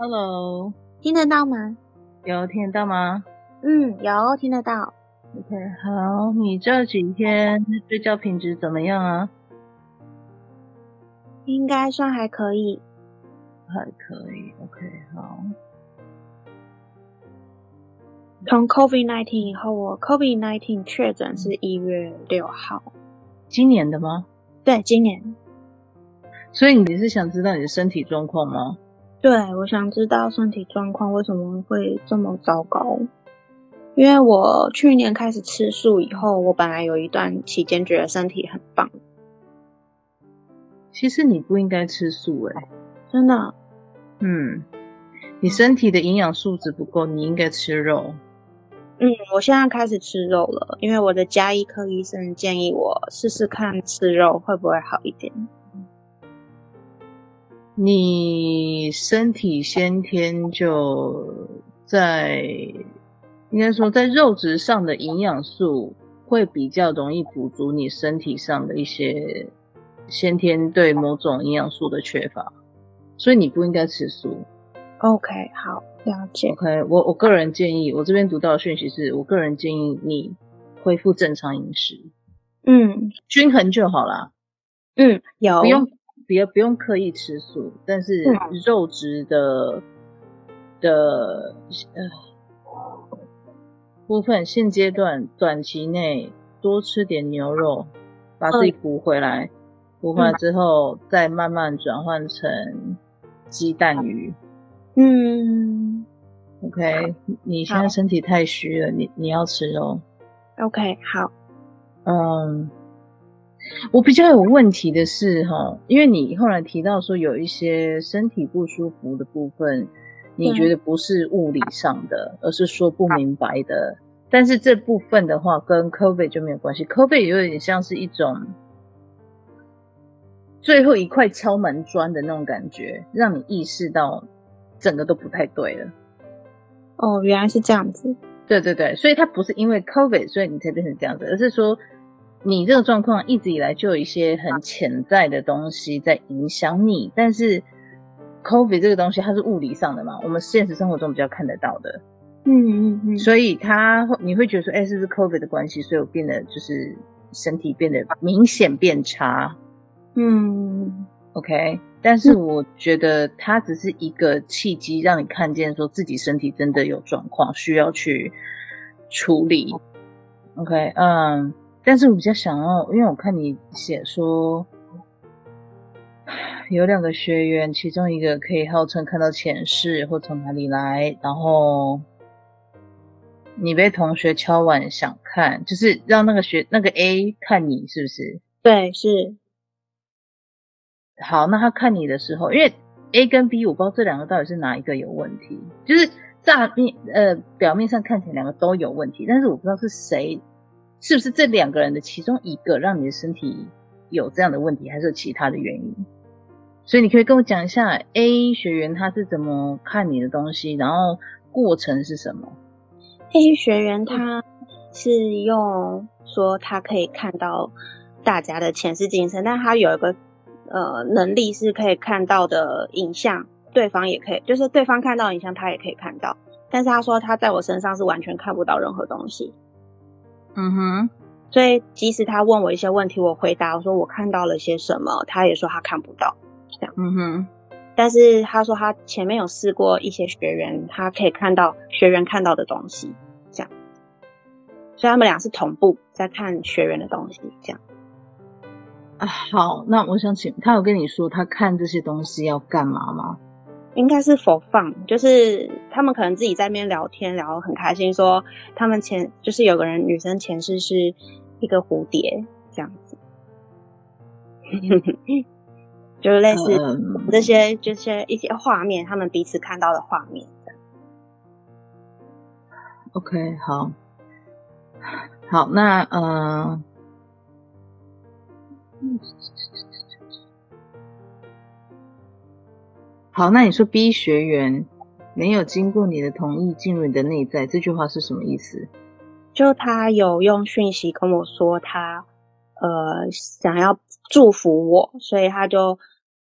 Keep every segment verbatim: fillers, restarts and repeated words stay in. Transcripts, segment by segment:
Hello， 听得到吗？ 有听得到吗嗯，有听得到。 ？OK，好，你这几天睡觉品质怎么样啊？ 应该算还可以。 还可以，OK，好。 从 COVID 十九 以后，我 COVID 十九 确诊是一月六号。 今年的吗？ 对，今年。 所以你是想知道你的身体状况吗？ 对，我想知道身体状况为什么会这么糟糕。因为我去年开始吃素以后，我本来有一段期间觉得身体很棒。 其实你不应该吃素诶、 真的。 嗯，你身体的营养素质不够，你应该吃肉。 嗯，我现在开始吃肉了，因为我的家医科医生建议我试试看吃肉会不会好一点。 你身体先天就在，应该说在肉质上的营养素会比较容易补足你身体上的一些先天对某种营养素的缺乏，所以你不应该吃素。 OK，好，了解。 OK，我我个人建议，我这边读到的讯息是我个人建议你恢复正常饮食， 嗯均衡就好啦。 嗯，有。 不用不要不用刻意吃素，但是嗯肉质的的呃部分，现阶段短期内多吃点牛肉，把自己嗯补回来，补回来嗯之后再慢慢转换成鸡蛋鱼。 嗯， OK，你现在好身体太虚了，你你要吃肉。 ，OK，好。 嗯，我比较有问题的是哈，因为你后来提到说有一些身体不舒服的部分，你觉对。 得不是物理上的，而是说不明白的。但是这部分的话跟 COVID 就没有关系 ，COVID 有点像是一种最后一块敲门砖的那种感觉，让你意识到整个都不太对了。 哦，原来是这样子。 对对对，所以它不是因为 COVID 所以你才变成这样子，而是说你这个状况一直以来就有一些很潜在的东西在影响你，但是 COVID 这个东西它是物理上的嘛，我们现实生活中比较看得到的， 嗯嗯嗯。 所以它你会觉得说，哎，是不是 COVID 的关系，所以我变得就是身体变得明显变差。 嗯 OK， 但是我觉得它只是一个契机，让你看见说自己身体真的有状况，需要去处理。OK， 嗯，但是我比较想要，因为我看你写说有两个学员，其中一个可以号称看到前世或从哪里来，然后你被同学敲碗想看，就是让那个学那个 A 看你是不是？ 对，是。 好，那他看你的时候，因为 A 跟 B 我不知道这两个到底是哪一个有问题，就是乍面呃表面上看起来两个都有问题，但是我不知道是谁，是不是这两个人的其中一个让你的身体有这样的问题，还是有其他的原因？所以你可以跟我讲一下 A 学员他是怎么看你的东西，然后过程是什么？ A 学员他是用说他可以看到大家的前世今生，但他有一个呃能力是可以看到的影像，对方也可以，就是对方看到的影像他也可以看到，但是他说他在我身上是完全看不到任何东西。 嗯哼， 所以即使他问我一些问题，我回答我说我看到了些什么，他也说他看不到这样。 嗯哼， 但是他说他前面有试过一些学员，他可以看到学员看到的东西这样，所以他们俩是同步在看学员的东西这样。 啊，好，那我想请他有跟你说他看这些东西要干嘛吗？ 应该是否放，就是他们可能自己在那边聊天聊得很开心，说他们前就是有个人女生前世是一个蝴蝶这样子。就是类似嗯， 这些这些一些画面，他们彼此看到的画面。 OK， 好，好，那呃，好，那你说 B 学员没有经过你的同意进入你的内在，这句话是什么意思？ 就他有用讯息跟我说他呃想要祝福我，所以他就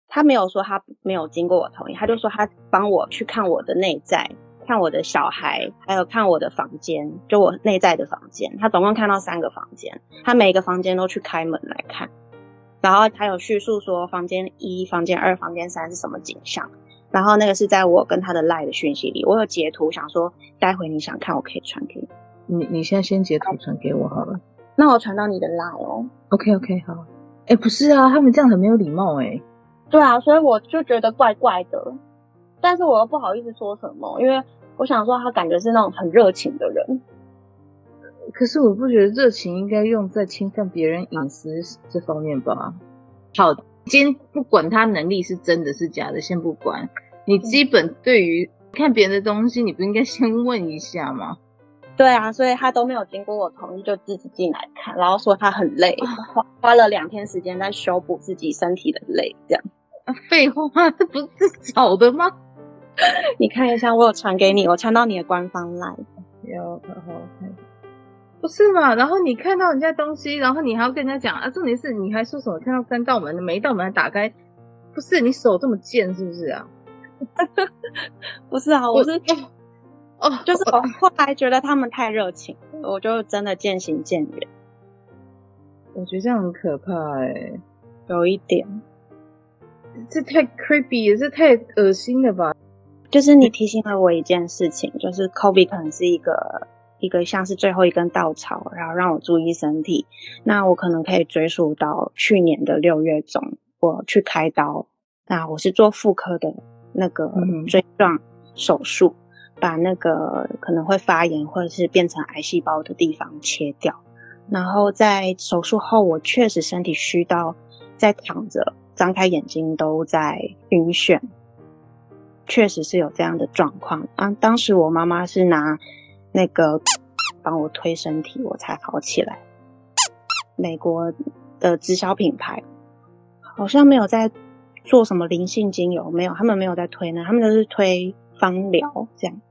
他没有说他没有经过我同意，他就说他帮我去看我的内在，看我的小孩，还有看我的房间，就我内在的房间。他总共看到三个房间，他每一个房间都去开门来看，然后他有叙述说房间一、房间二、房间三是什么景象。然后那个是在我跟他的 LINE 的讯息里，我有截图，想说待会你想看我可以传给你。 你你现在先截图传给我好了。 那我传到你的 LINE 哦。 OK OK 好。哎、欸，不是啊，他们这样很没有礼貌哎、欸。 对啊，所以我就觉得怪怪的，但是我又不好意思说什么，因为我想说他感觉是那种很热情的人。 可是我不觉得热情应该用在侵犯别人隐私这方面吧。好，今天不管他能力是真的是假的，先不管，你基本对于看别人的东西，你不应该先问一下吗？ 对啊，所以他都没有经过我同意就自己进来看，然后说他很累，花花了两天时间在修补自己身体的累，这样。 啊，废话，这不是找的吗？ 你看一下，我有传给你，我传到你的官方 LINE。 有，好好看。不是嘛？然后你看到人家东西，然后你还要跟人家讲啊，重点是你还说什么看到三道门，每一道门还打开，不是你手这么贱是不是啊？ 不是啊，我是哦， 就是我后来觉得他们太热情，我就真的渐行渐远。 我觉得这样很可怕哎、欸， 有一点， 这太 creepy 了，这太恶心了吧？ 就是你提醒了我一件事情，就是 COVID 可能是一个一个像是最后一根稻草，然后让我注意身体。那我可能可以追溯到去年的六月中，我去开刀，那我是做妇科的那个锥状手术。嗯，把那个可能会发炎或者是变成癌细胞的地方切掉，然后在手术后我确实身体虚到在躺着张开眼睛都在晕眩，确实是有这样的状况啊。当时我妈妈是拿那个帮我推身体我才好起来，美国的直销品牌好像没有在做什么灵性精油，没有，他们没有在推呢，他们都是推芳疗这样。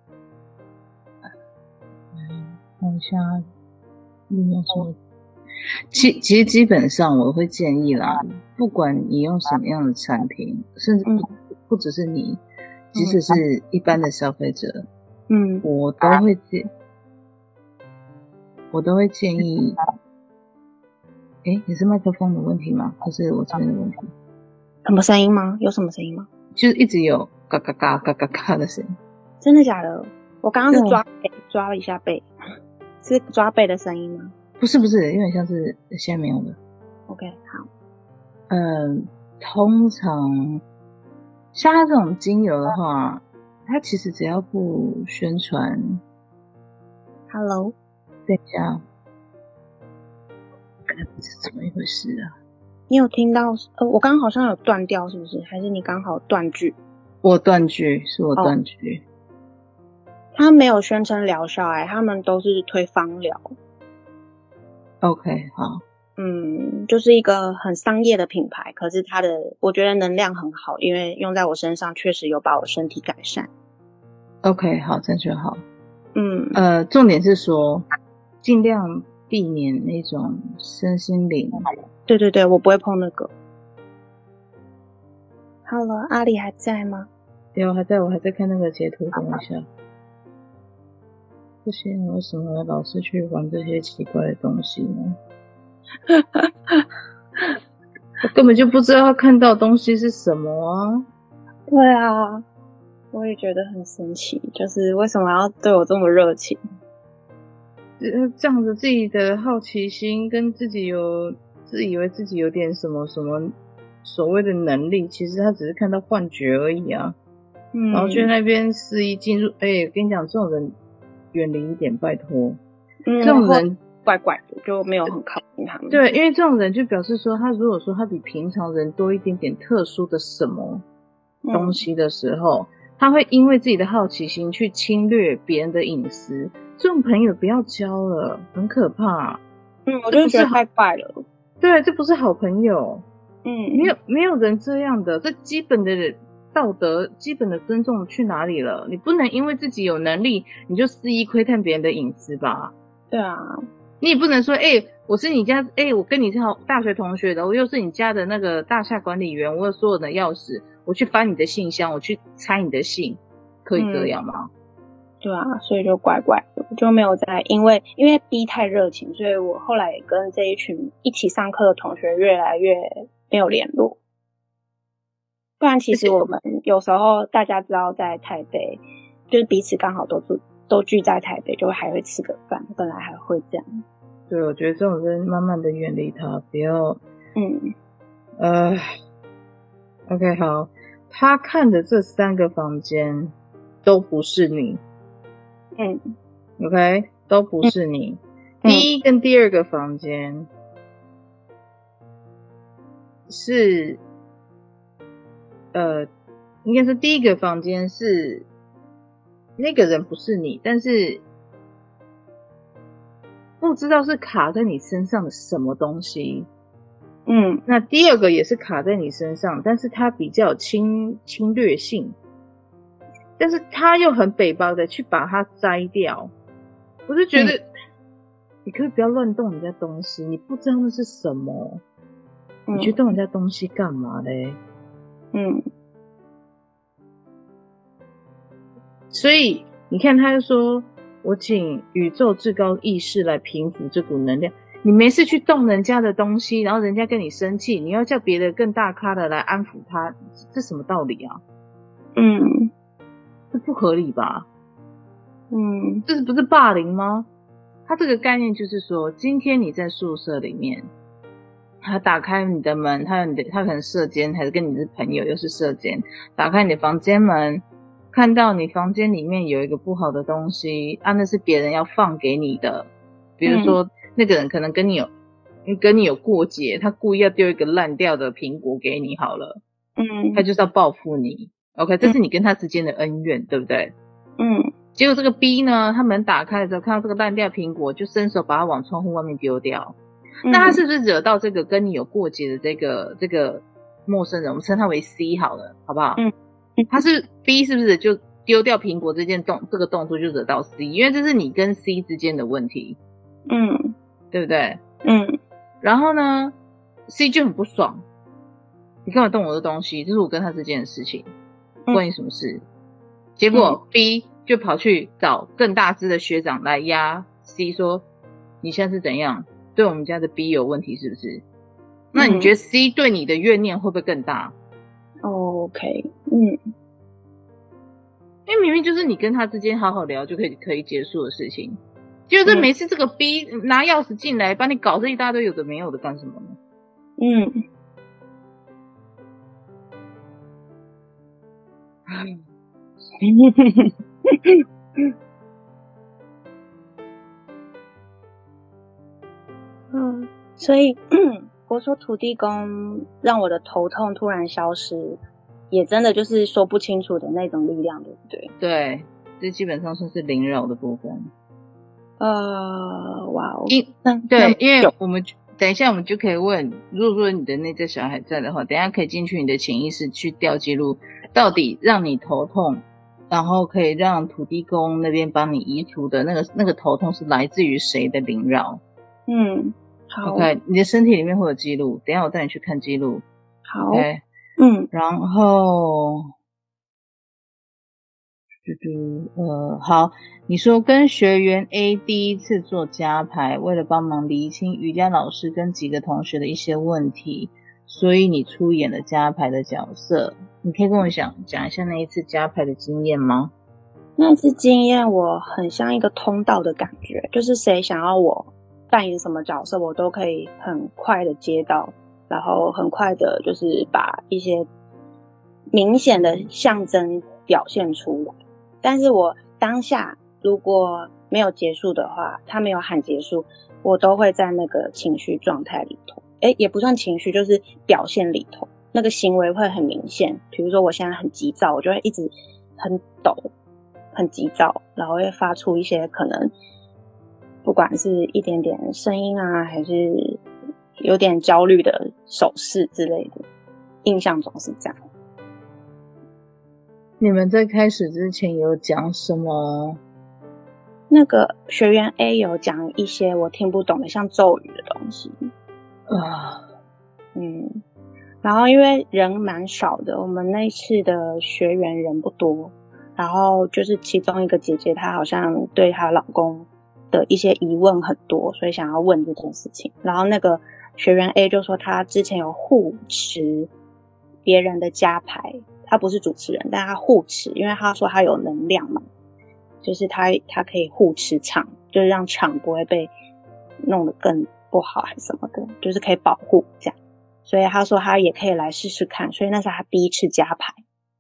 看一下里面说，其其实基本上我会建议啦，不管你用什么样的产品，甚至不、嗯、不只是你，即使是一般的消费者，嗯，我都会建，我都会建议。诶，你是麦克风的问题吗？还是我这边的问题？ 什么声音吗？有什么声音吗？ 就是一直有嘎嘎嘎嘎嘎嘎的声音。 真的假的？我刚刚是抓背，抓了一下背。是抓背的声音吗？ 不是不是，有点像是现在没有的。 OK， 好。 嗯，通常像它这种精油的话，它其实只要不宣传。 Hello， 等一下，看是怎么一回事啊？ 你有听到？呃，我刚刚好像有断掉，是不是？还是你刚好断句？ 我断句，是我断句。Oh. 他没有宣称疗效哎，他们都是推芳疗。 OK， 好， 嗯，就是一个很商业的品牌，可是它的我觉得能量很好，因为用在我身上确实有把我身体改善。 OK， 好，这样就好。 嗯， 呃，重点是说尽量避免那种身心灵。 对对对，我不会碰那个。Hello， 阿里还在吗？ 对，我还在，我还在看那个截图，等我一下。这些人为什么老是去玩这些奇怪的东西呢？我根本就不知道他看到的东西是什么啊！ 对啊，我也觉得很神奇，就是为什么要对我这么热情？ 这样子自己的好奇心跟自己有自以为自己有点什么什么所谓的能力，其实他只是看到幻觉而已啊。嗯，然后去那边肆意进入，哎、欸，跟你讲，这种人远离一点，拜托。嗯，这种人怪怪的，就没有很靠近他们。 对，因为这种人就表示说，他如果说他比平常人多一点点特殊的什么东西的时候，嗯、他会因为自己的好奇心去侵略别人的隐私。这种朋友不要交了，很可怕。 嗯，我就觉得太怪了。 对，这不是好朋友。 嗯， 没有没有人这样的，这基本的道德、基本的尊重去哪里了？你不能因为自己有能力，你就肆意窥探别人的隐私吧？ 对啊， 你也不能说，哎、欸，我是你家，哎、欸，我跟你是好大学同学的，我又是你家的那个大厦管理员，我有所有的钥匙，我去翻你的信箱，我去拆你的信，可以这样吗？嗯， 对啊，所以就怪怪的，我就没有在，因为因为 B 太热情，所以我后来也跟这一群一起上课的同学越来越没有联络。不然其实我们有时候大家知道在台北，就是彼此刚好都住都聚在台北，就还会吃个饭，本来还会这样。 对，我觉得这种人慢慢的远离他，不要， 嗯， 呃 ，OK， 好，他看的这三个房间都不是你， 嗯 ，OK， 都不是你。嗯，第一跟第二个房间是，呃，应该是第一个房间是那个人不是你，但是不知道是卡在你身上的什么东西。嗯，那第二个也是卡在你身上，但是它比较侵侵略性，但是他又很北包的去把它摘掉。我就觉得，嗯，你可以不要乱动人家东西，你不知道那是什么，嗯，你去动人家东西干嘛嘞？嗯，所以你看，他就说我请宇宙至高意识来平复这股能量。你没事去动人家的东西，然后人家跟你生气，你要叫别的更大咖的来安抚他，这什么道理啊？嗯，这不合理吧？嗯，这是不是霸凌吗？他这个概念就是说，今天你在宿舍里面，他打开你的门，他有你的，他可能舍监，还是跟你是朋友，又是舍监，打开你的房间门，看到你房间里面有一个不好的东西，啊，那是别人要放给你的，比如说。嗯，那个人可能跟你有跟你有过节，他故意要丢一个烂掉的苹果给你好了，嗯，他就是要报复你 ，OK， 这是你跟他之间的恩怨，嗯，对不对？嗯，结果这个 B 呢，他门打开的时候看到这个烂掉苹果，就伸手把它往窗户外面丢掉，嗯，那他是不是惹到这个跟你有过节的这个这个陌生人？我们称他为 C 好了，好不好？嗯，他是 B 是不是就丢掉苹果这件动这个动作就惹到 C， 因为这是你跟 C 之间的问题，嗯。对不对？嗯，然后呢 ，C 就很不爽，你干嘛动我的东西？这是我跟他之间的事情，关你什么事？嗯，结果 B 就跑去找更大只的学长来压 C， 说你现在是怎样？对我们家的 B 有问题是不是？那你觉得 C 对你的怨念会不会更大？嗯，OK， 嗯，因为明明就是你跟他之间好好聊就可以可以结束的事情。就是每次这个 B 拿钥匙进来，把你搞这一大堆有的没有的干什么呢？嗯，嗯，所以我说土地公让我的头痛突然消失，也真的就是说不清楚的那种力量，对不对？对，这基本上算是灵扰的部分。呃，哇哦，因对，因为我们等一下我们就可以问，如果说你的内在小孩在的话，等一下可以进去你的潜意识去调记录，到底让你头痛，然后可以让土地公那边帮你移除的那个那个头痛是来自于谁的灵扰？嗯，好 ，OK， 你的身体里面会有记录，等一下我带你去看记录。好 ，OK， 嗯，然后。嘟嘟，呃，好，你说跟学员 A 第一次做加排，为了帮忙厘清瑜伽老师跟几个同学的一些问题，所以你出演了加排的角色。你可以跟我讲讲一下那一次加排的经验吗？那次经验我很像一个通道的感觉，就是谁想要我扮演什么角色，我都可以很快的接到，然后很快的就是把一些明显的象征表现出来。但是我当下如果没有结束的话，他没有喊结束，我都会在那个情绪状态里头，诶，也不算情绪，就是表现里头，那个行为会很明显。比如说我现在很急躁，我就会一直很抖，很急躁，然后会发出一些可能不管是一点点声音啊，还是有点焦虑的手势之类的，印象中是这样。你们在开始之前有讲什么那个学员 A 有讲一些我听不懂的像咒语的东西啊， 嗯，然后因为人蛮少的，我们那次的学员人不多，然后就是其中一个姐姐她好像对她老公的一些疑问很多，所以想要问这件事情。然后那个学员 A 就说他之前有护持别人的家牌，他不是主持人，但他护持，因为他说他有能量嘛，就是他他可以护持场，就是让场不会被弄得更不好还是什么的，就是可以保护这样。所以他说他也可以来试试看，所以那是他第一次加牌。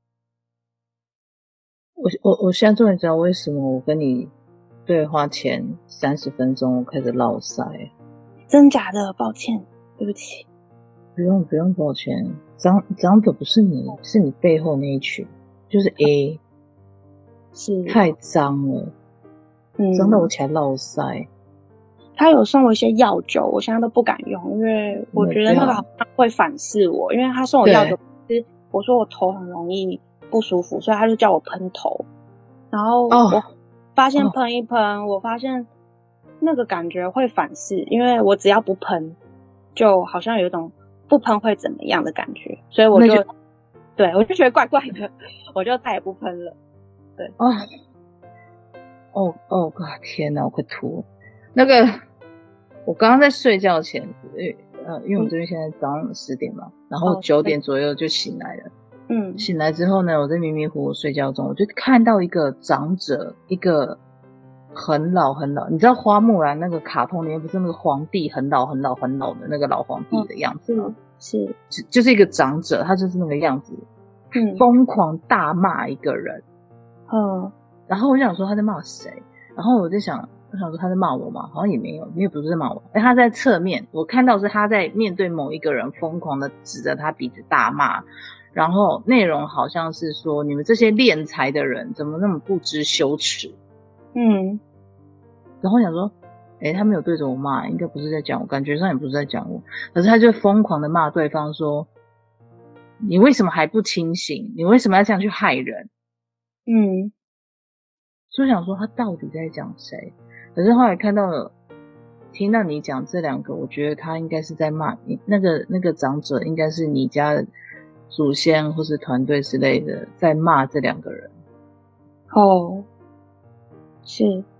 我我我现在终于知道为什么我跟你对话前三十分钟我开始落塞。 真假的？抱歉，对不起。 不用不用抱歉，脏脏的不是你，是你背后那一群，就是 A， 是太脏了， 嗯， 脏到我起来落塞。 他有送我一些药酒，我现在都不敢用，因为我觉得那个好像会反噬我。因为他送我药酒，我说我头很容易不舒服，所以他就叫我喷头。然后我发现喷一喷，哦、我发现那个感觉会反噬，因为我只要不喷，就好像有一种不喷会怎么样的感觉，所以我就，就对我就觉得怪怪的，我就再也不喷了。对， 哦，哦哦，天哪，我快吐了。那个，我刚刚在睡觉前，呃，因为我这边现在早上十点嘛，然后九点左右就醒来了。嗯，醒来之后呢，我在迷迷糊糊睡觉中，我就看到一个长者，一个很老很老，你知道花木兰那个卡通里面不是那个皇帝很老很老很老的那个老皇帝的样子吗？ 是， 是，就是一个长者，他就是那个样子，嗯，疯狂大骂一个人。嗯，然后我就想说他在骂谁，然后我就想。我想说他在骂我吗？好像也没有，因为不是在骂我。哎，他在侧面，我看到是他在面对某一个人疯狂的指着他鼻子大骂，然后内容好像是说你们这些敛财的人怎么那么不知羞耻？嗯，然后我想说，哎，他没有对着我骂，应该不是在讲我，感觉上也不是在讲我，可是他就疯狂的骂对方说，你为什么还不清醒？你为什么要这样去害人？嗯，所以想说他到底在讲谁？可是后来看到了，听到你讲这两个，我觉得他应该是在骂你，那个那个长者应该是你家的祖先或是团队之类的，在骂这两个人。哦，是，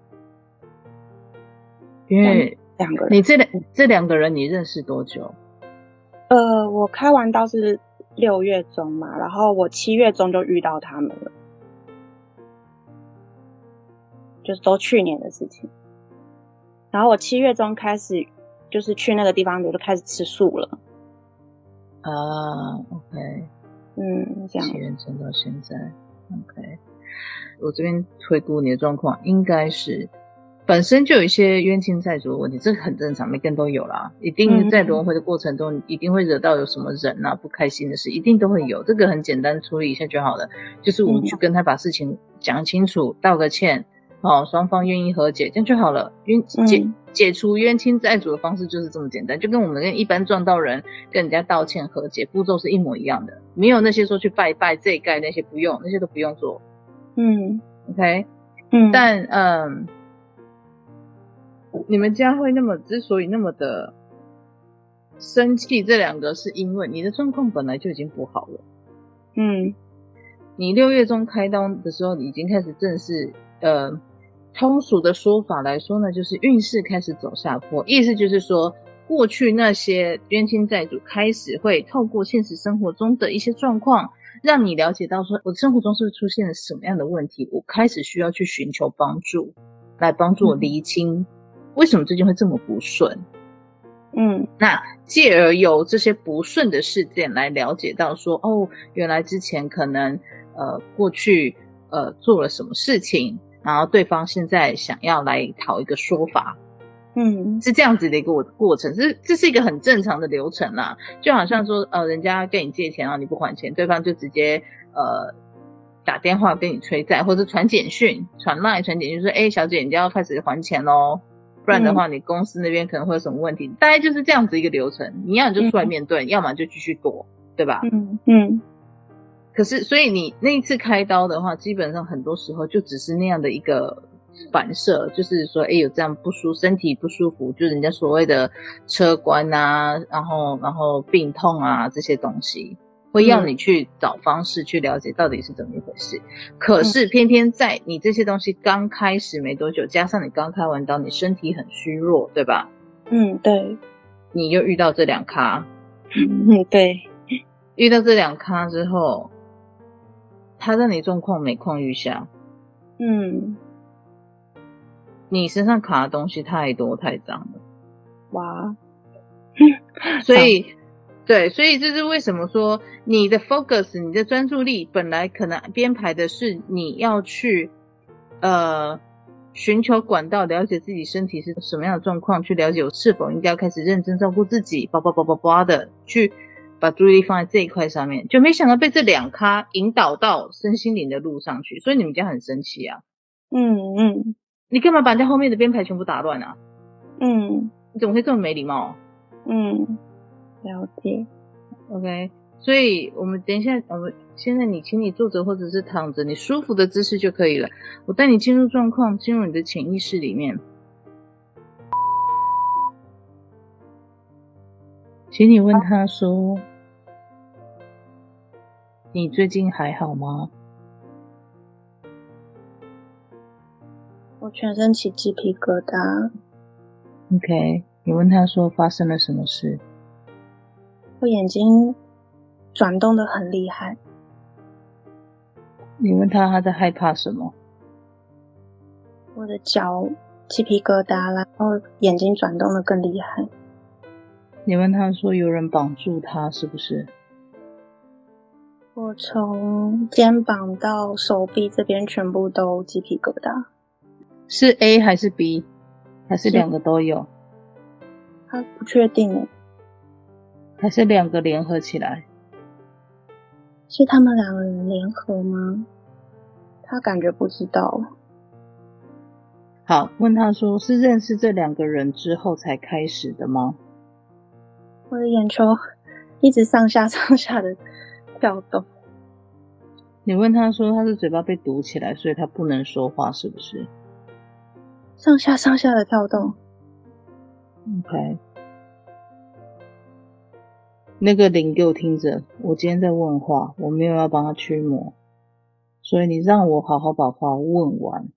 因为两个人，你这两这两个人你认识多久？ 呃，我开完刀是六月中嘛，然后我七月中就遇到他们了，就是都去年的事情。然后我七月中开始，就是去那个地方，我就开始吃素了。 啊 ，OK， 嗯，这样。 七月中到现在 ，OK。我这边推估你的状况，应该是本身就有一些冤亲债主的问题，这很正常，每个人都有啦。一定在轮回的过程中，一定会惹到有什么人啊不开心的事，一定都会有。这个很简单，处理一下就好了。就是我们去跟他把事情讲清楚，道个歉。好，双方愿意和解，这样就好了。冤解解除冤亲债主的方式就是这么简单，就跟我们跟一般撞到人跟人家道歉和解步骤是一模一样的，没有那些说去拜拜这一盖那些不用，那些都不用做。嗯 ，OK， 嗯，但嗯，你们家会那么之所以那么的生气，这两个是因为你的状况本来就已经不好了。嗯，你六月中开刀的时候，你已经开始正式呃。通俗的说法来说呢，就是运势开始走下坡，意思就是说，过去那些冤亲债主开始会透过现实生活中的一些状况，让你了解到说，我的生活中是不是出现了什么样的问题，我开始需要去寻求帮助，来帮助我厘清为什么最近会这么不顺。嗯，那继而有这些不顺的事件来了解到说，哦，原来之前可能呃过去呃做了什么事情。然后对方现在想要来讨一个说法，嗯，是这样子的一个过程，这这是一个很正常的流程啦，就好像说呃，人家跟你借钱，然后你不还钱，对方就直接呃打电话跟你催债，或者传简讯、传 LINE 传简讯说，哎，小姐，你就要开始还钱咯，不然的话，你公司那边可能会有什么问题，大概就是这样子一个流程。你要你就出来面对，嗯、要么就继续躲，对吧？嗯嗯。可是，所以你那一次开刀的话，基本上很多时候就只是那样的一个反射，就是说，哎，有这样不舒身体不舒服，就是人家所谓的车关啊，然后然后病痛啊这些东西，会要你去找方式去了解到底是怎么一回事。可是偏偏在你这些东西刚开始没多久，加上你刚开完刀，你身体很虚弱，对吧？ 嗯，对。 你又遇到这两咖， 嗯，对。 遇到这两咖之后，他让你状况每况愈下。 嗯， 你身上卡的东西太多太脏了。 哇， 所以对，所以这是为什么说你的 focus 你的专注力本来可能编排的是你要去呃寻求管道，了解自己身体是什么样的状况，去了解我是否应该开始认真照顾自己，叭叭叭叭叭的去把注意力放在这一块上面，就没想到被这两咖引导到身心灵的路上去。所以你们家很生气啊。 嗯嗯， 你干嘛把人家后面的编排全部打乱啊？ 嗯， 你怎么会这么没礼貌？ 嗯，了解。 OK， 所以我们等一下，我们现在你请你坐着或者是躺着，你舒服的姿势就可以了。我带你进入状况，进入你的潜意识里面。请你问他说，你最近还好吗？ 我全身起鸡皮疙瘩。 OK， 你问他说发生了什么事？ 我眼睛转动得很厉害。 你问他他在害怕什么？ 我的脚鸡皮疙瘩，然后眼睛转动得更厉害。 你问他说有人绑住他是不是？ 我从肩膀到手臂这边全部都鸡皮疙瘩。 是 A 还是 B？ 还是两个都有？ 他不确定耶。 还是两个联合起来？ 是他们两个人联合吗？他感觉不知道。 好，问他说是认识这两个人之后才开始的吗？ 我的眼球一直上下上下的跳动。 你问他说他是嘴巴被堵起来，所以他不能说话是不是？ 上下上下的跳动。 OK， 那个灵给我听着，我今天在问话，我没有要帮他驱魔，所以你让我好好把话问完。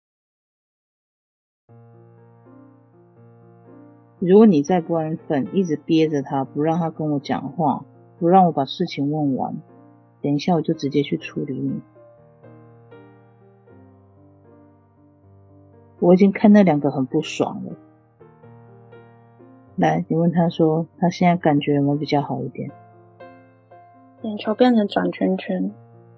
如果你再不安分，一直憋着他，不让他跟我讲话，不让我把事情问完，等一下我就直接去处理你。我已经看那两个很不爽了。来，你问他说他现在感觉有没有比较好一点？ 眼球变成转圈圈。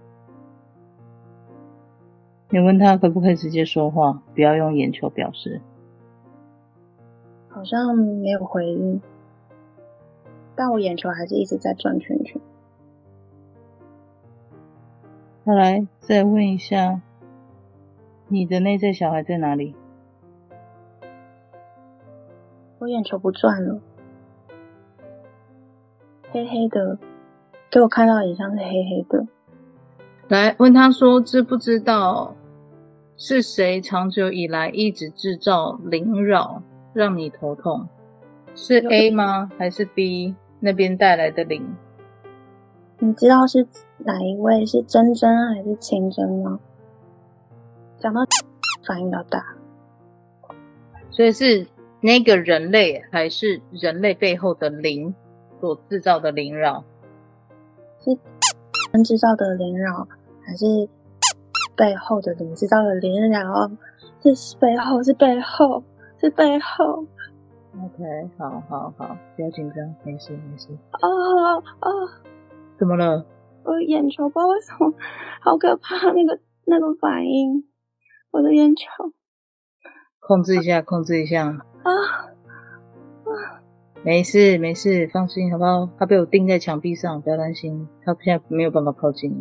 你问他可不可以直接说话，不要用眼球表示。 好像没有回应，但我眼球还是一直在转圈圈。 再来，再问一下，你的内在小孩在哪里？ 我眼球不转了，黑黑的，给我看到的影像是黑黑的。 来，问他说知不知道是谁长久以来一直制造灵扰让你头痛？是 A 吗？还是 B 那边带来的灵？ 你知道是哪一位？是真真还是清真吗？讲到反应比较大。 所以是那个人类还是人类背后的灵所制造的灵扰？ 是人制造的灵扰，还是背后的灵制造的灵扰？是背后，是背后，是背后。 OK， 好好好，不要紧张，没事没事。 啊啊！ 怎么了？ 我眼球不知道为什么好可怕，那个那个反应，我的眼球。 控制一下，控制一下。 啊啊！ 没事没事，放心好不好？他被我钉在墙壁上，不要担心，他现在没有办法靠近你。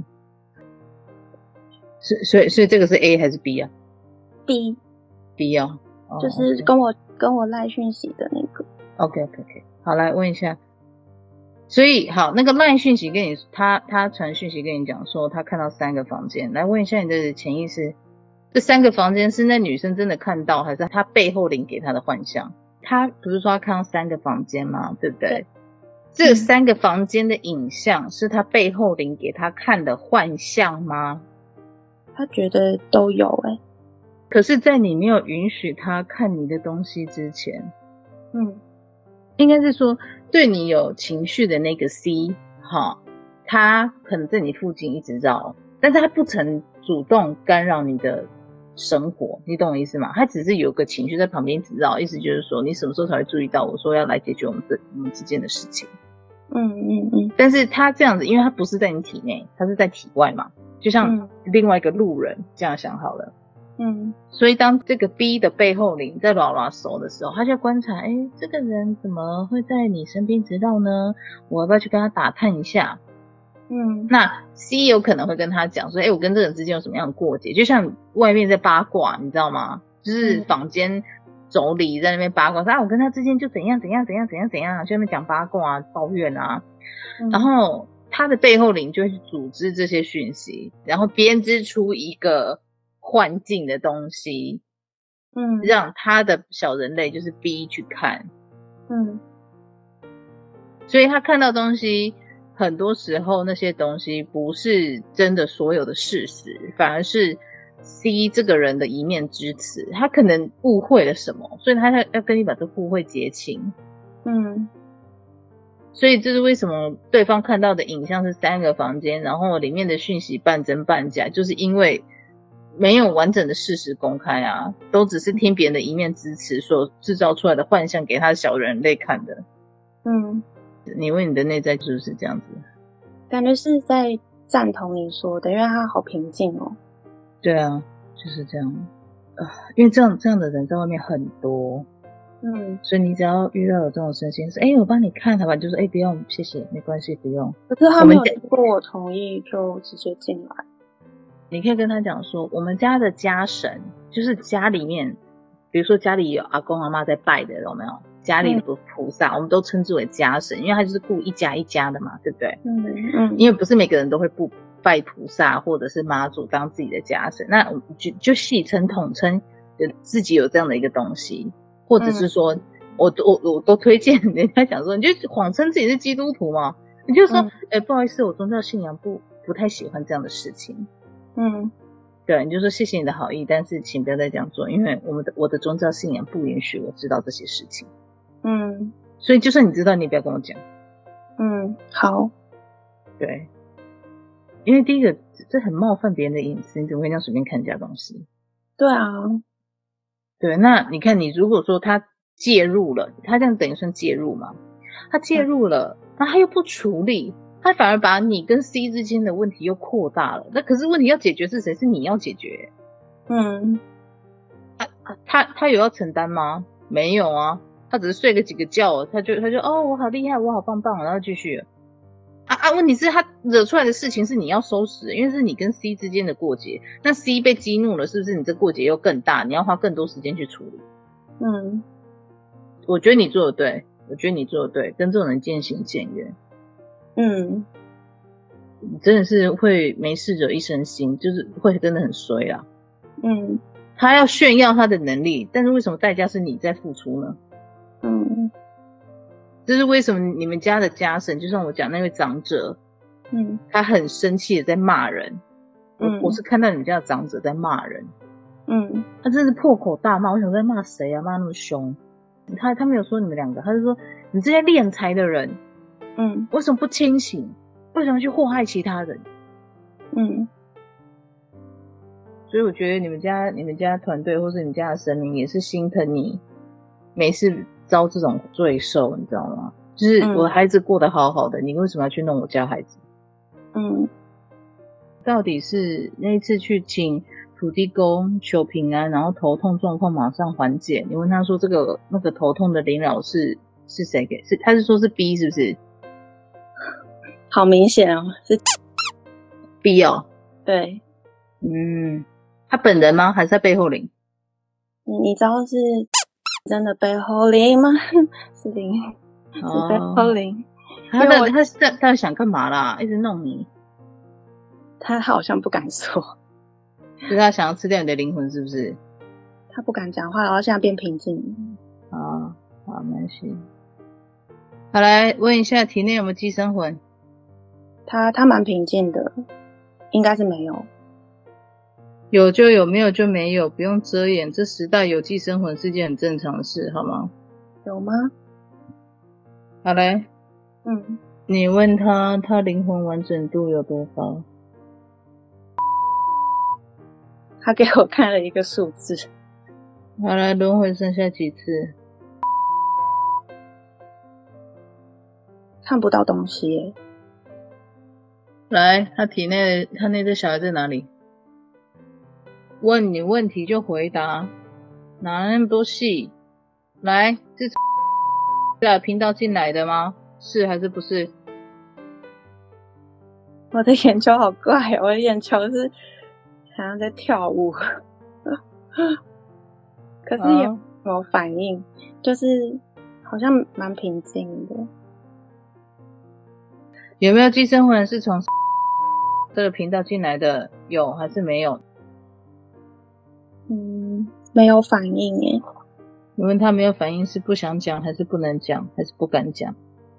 是，所以所以这个是 A 还是 B 啊 B B 哦，哦就是跟我、okay. 跟我赖讯息的那个。 OK OK OK， 好，来问一下。所以好，那个赖讯息跟你他他传讯息跟你讲说他看到三个房间，来问一下你的潜意识， 这三个房间是那女生真的看到，还是她背后灵给她的幻象？她不是说她看到三个房间吗？对不对？对，这三个房间的影像是她背后灵给她看的幻象吗？ 她觉得都有欸。 可是在你没有允许她看你的东西之前， 嗯， 应该是说对你有情绪的那个 C 哈，他可能在你附近一直绕，但是他不曾主动干扰你的生活，你懂我意思吗？他只是有个情绪在旁边一直绕，意思就是说你什么时候才会注意到我说要来解决我们这我们之间的事情。 嗯嗯嗯。 但是他这样子，因为他不是在你体内，他是在体外嘛，就像另外一个路人，这样想好了。 嗯， 所以当这个 B 的背后灵在拉拉手的时候，他就观察，哎，这个人怎么会在你身边知道呢？我要不要去跟他打探一下？ 嗯， 那 C 有可能会跟他讲说，哎，我跟这个人之间有什么样的过节？就像外面在八卦，你知道吗？就是坊间妯娌在那边八卦，说啊，我跟他之间就怎样怎样怎样怎样怎样，就在那边讲八卦啊、抱怨啊， 嗯、 然后他的背后灵就会去组织这些讯息，然后编织出一个幻境的东西， 嗯， 让他的小人类就是 B 去看， 嗯， 所以他看到东西，很多时候那些东西不是真的所有的事实，反而是 C 这个人的一面之词，他可能误会了什么，所以他要跟你把这误会结清。 嗯， 所以这是为什么对方看到的影像是三个房间，然后里面的讯息半真半假，就是因为没有完整的事实公开啊，都只是听别人的一面之词所制造出来的幻象给他的小人类看的。 嗯， 你问你的内在是不是这样子？ 感觉是在赞同你说的，因为他好平静哦。 对啊，就是这样。呃，因为这样这样的人在外面很多， 嗯， 所以你只要遇到有这种声线，是哎，我帮你看好吧，就说哎，不用，谢谢，没关系，不用。 可是他没有经过我同意就直接进来。 你可以跟他讲说，我们家的家神就是家里面，比如说家里有阿公阿嬷在拜的，有没有？家里的菩萨、嗯、我们都称之为家神，因为他就是顾一家一家的嘛，对不对？ 嗯嗯。 因为不是每个人都会不拜菩萨或者是妈祖当自己的家神，那我就就戏称统称自己有这样的一个东西，或者是说，嗯、我我我都推荐人家讲说，你就谎称自己是基督徒嘛，你就说，哎、嗯欸，不好意思，我宗教信仰不不太喜欢这样的事情。嗯，对，你就说谢谢你的好意，但是请不要再这样做，因为我们的我的宗教信仰不允许我知道这些事情。嗯，所以就算你知道，你也不要跟我讲。 嗯，好。 对，因为第一个这很冒犯别人的隐私，你怎么会这样随便看人家东西？ 对啊， 对，那你看，你如果说他介入了，他这样等于算介入嘛？他介入了，那、嗯、他又不处理。他反而把你跟 C 之间的问题又扩大了，那可是问题要解决是谁？是你要解决。嗯，他他他有要承担吗？没有啊，他只是睡个几个觉，他就他就哦，我好厉害，我好棒棒，然后继续了。啊啊，问题是他惹出来的事情是你要收拾的，因为是你跟 C 之间的过节。那 C 被激怒了，是不是你这过节又更大？你要花更多时间去处理。嗯，我觉得你做的对，我觉得你做的对，跟这种人渐行渐远。嗯，真的是会没事惹一身腥，就是会真的很衰啦。嗯，他要炫耀他的能力，但是为什么代价是你在付出呢？嗯，这是为什么你们家的家神，就像我讲那位长者，嗯，他很生气的在骂人。嗯，我是看到你们家的长者在骂人。嗯，他真的是破口大骂，我想在骂谁啊？骂那么凶。他他没有说你们两个，他就说你这些敛财的人。嗯，为什么不清醒？为什么去祸害其他人？嗯，所以我觉得你们家、你们家团队或是你们家的神明也是心疼你，没事遭这种罪受，你知道吗？就是我的孩子过得好好的，嗯、你为什么要去弄我家孩子？嗯，到底是那一次去请土地公求平安，然后头痛状况马上缓解，你问他说这个那个头痛的灵扰是是谁给？是他是说是 B 是不是？ 好明显哦，是 B 哦， 对， 嗯，他本人吗？还是在背后灵？ 你知道是真的背后灵吗？是灵，是背后灵。 他他他他他想干嘛啦？一直弄你。 他好像不敢说。 就是他想要吃掉你的灵魂，是不是？ 他不敢讲话，然后现在变平静。 啊，好，没关系。好，来问一下，体内有没有寄生魂？ 他他蛮平静的，应该是没有。 有就有，没有就没有，不用遮掩。这时代有寄生魂是件很正常的事，好吗？ 有吗？ 好嘞， 嗯， 你问他，他灵魂完整度有多高？ 他给我看了一个数字。 好来，轮回剩下几次？ 看不到东西耶。 来，他体内他那只小孩在哪里？问你问题就回答，哪那么多戏？来，是在频道进来的吗？是还是不是？ 我的眼球好怪，我的眼球是好像在跳舞，可是也没有反应，就是好像蛮平静的。 有没有寄生魂是从这个频道进来的？有还是没有？ 嗯，没有反应耶。 你问他没有反应是不想讲还是不能讲还是不敢讲？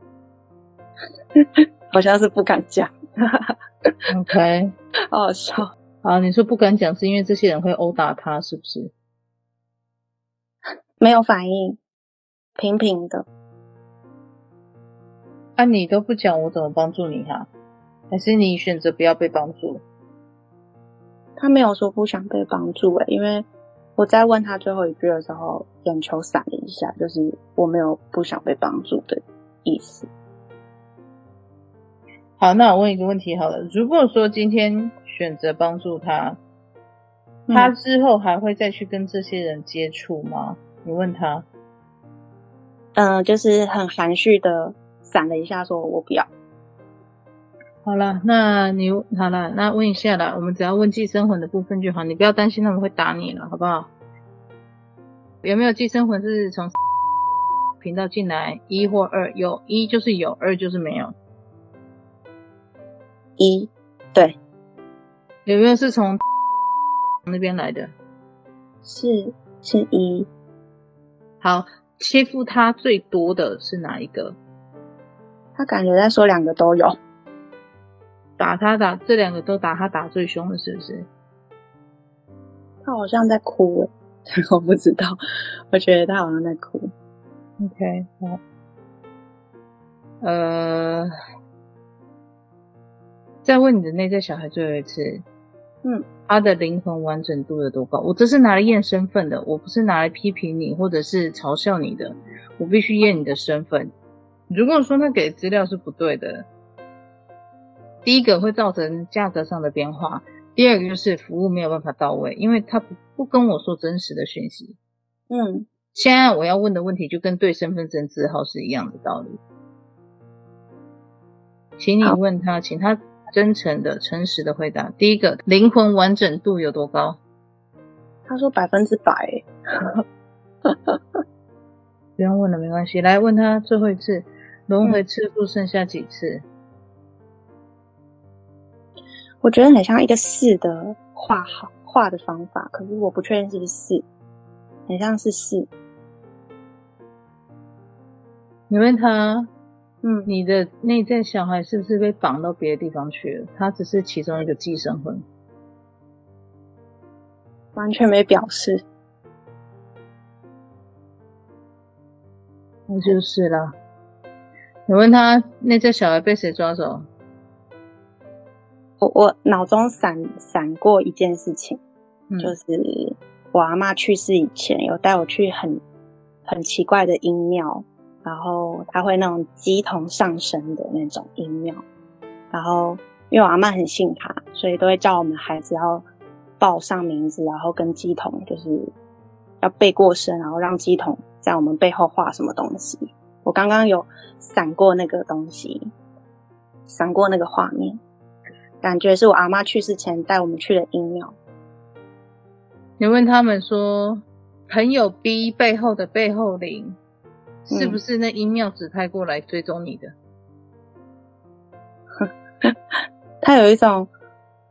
好像是不敢讲。 OK， 好好笑。 好，你说不敢讲是因为这些人会殴打他，是不是？ 没有反应，平平的。 啊，你都不讲，我怎么帮助你哈？还是你选择不要被帮助？ 他没有说不想被帮助诶，因为我在问他最后一句的时候，眼球闪了一下，就是我没有不想被帮助的意思。 好，那我问一个问题好了，如果说今天选择帮助他，他之后还会再去跟这些人接触吗？你问他。 嗯、呃，就是很含蓄的闪了一下，说我不要。 好了，那你好了，那问一下啦，我们只要问寄生魂的部分就好，你不要担心他们会打你了，好不好？有没有寄生魂是从频道进来？一或二？有，一就是有，二就是没有。 一，对。 有没有是从那边来的？ 是是一。 好，欺负他最多的是哪一个？ 他感觉在说两个都有。 打他打这两个都打他打最凶的，是不是？ 他好像在哭诶，我不知道，我觉得他好像在哭。 OK， 好，呃，再问你的内在小孩最后一次， 嗯， 他的灵魂完整度有多高？我这是拿来验身份的，我不是拿来批评你或者是嘲笑你的，我必须验你的身份。如果说他给的资料是不对的，第一个会造成价格上的变化，第二个就是服务没有办法到位，因为他不不跟我说真实的讯息。 嗯， 现在我要问的问题就跟对身份证字号是一样的道理，请你问他，请他真诚的、诚实的回答。第一个，灵魂完整度有多高？ 他说百分之百。 不用问了，没关系。来问他最后一次，轮回次数剩下几次？ 嗯、我觉得很像一个四的画好画的方法，可是我不确定是不是四，很像是四。 你问他， 嗯， 你的内在小孩是不是被绑到别的地方去了？他只是其中一个寄生魂， 完全没表示。 那就是啦。你问他内在小孩被谁抓走？ 我我脑中闪闪过一件事情， 嗯、 就是我阿嬷去世以前有带我去很很奇怪的阴庙，然后他会那种乩童上身的那种阴庙，然后因为我阿嬷很信他，所以都会叫我们孩子要报上名字，然后跟乩童就是要背过身，然后让乩童在我们背后画什么东西。我刚刚有闪过那个东西，闪过那个画面，感觉是我阿嬷去世前带我们去的阴庙。 你问他们说，朋友 B 背后的背后灵，是不是那阴庙指派过来追踪你的？ 嗯、他有一种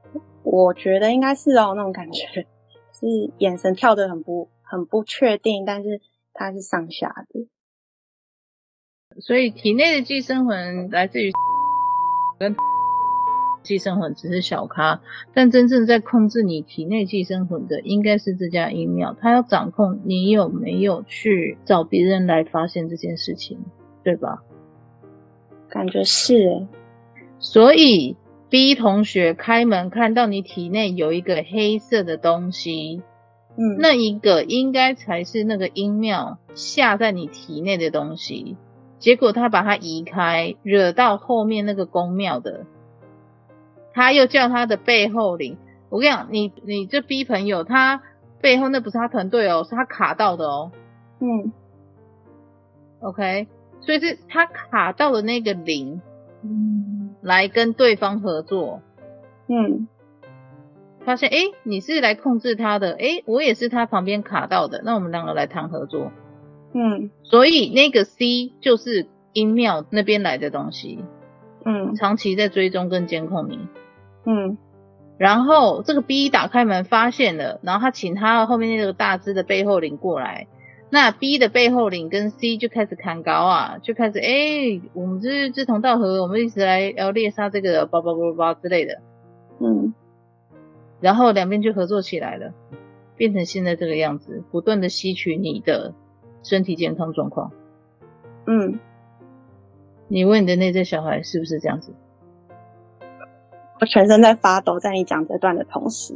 我觉得应该是哦，那种感觉是眼神跳得很不很不确定，但是它是上下的。 所以体内的寄生魂来自于跟寄生魂只是小咖，但真正在控制你体内寄生魂的应该是这家阴庙，它要掌控你有没有去找别人来发现这件事情，对吧？ 感觉是耶。 所以 B 同学开门看到你体内有一个黑色的东西， 嗯， 那一个应该才是那个阴庙下在你体内的东西，结果他把它移开，惹到后面那个宫庙的，他又叫他的背后灵。我跟你讲，你你这 B 朋友，他背后那不是他团队哦，是他卡到的哦。 嗯 OK， 所以是他卡到的那个灵， 嗯来跟对方合作。 嗯发现诶你是来控制他的，诶我也是他旁边卡到的，那我们两个来谈合作。 嗯所以那个 C 就是阴庙那边来的东西， 嗯长期在追踪跟监控你。 嗯然后这个 B 打开门发现了，然后他请他后面那个大只的背后灵过来，那 B 的背后灵跟 C 就开始砍高啊，就开始诶我们是志同道合，我们一起来要猎杀这个叭叭叭叭之类的。 嗯， 然后两边就合作起来了，变成现在这个样子，不断的吸取你的身体健康状况。 嗯， 你问你的内在小孩是不是这样子？ 我全身在发抖，在你讲这段的同时。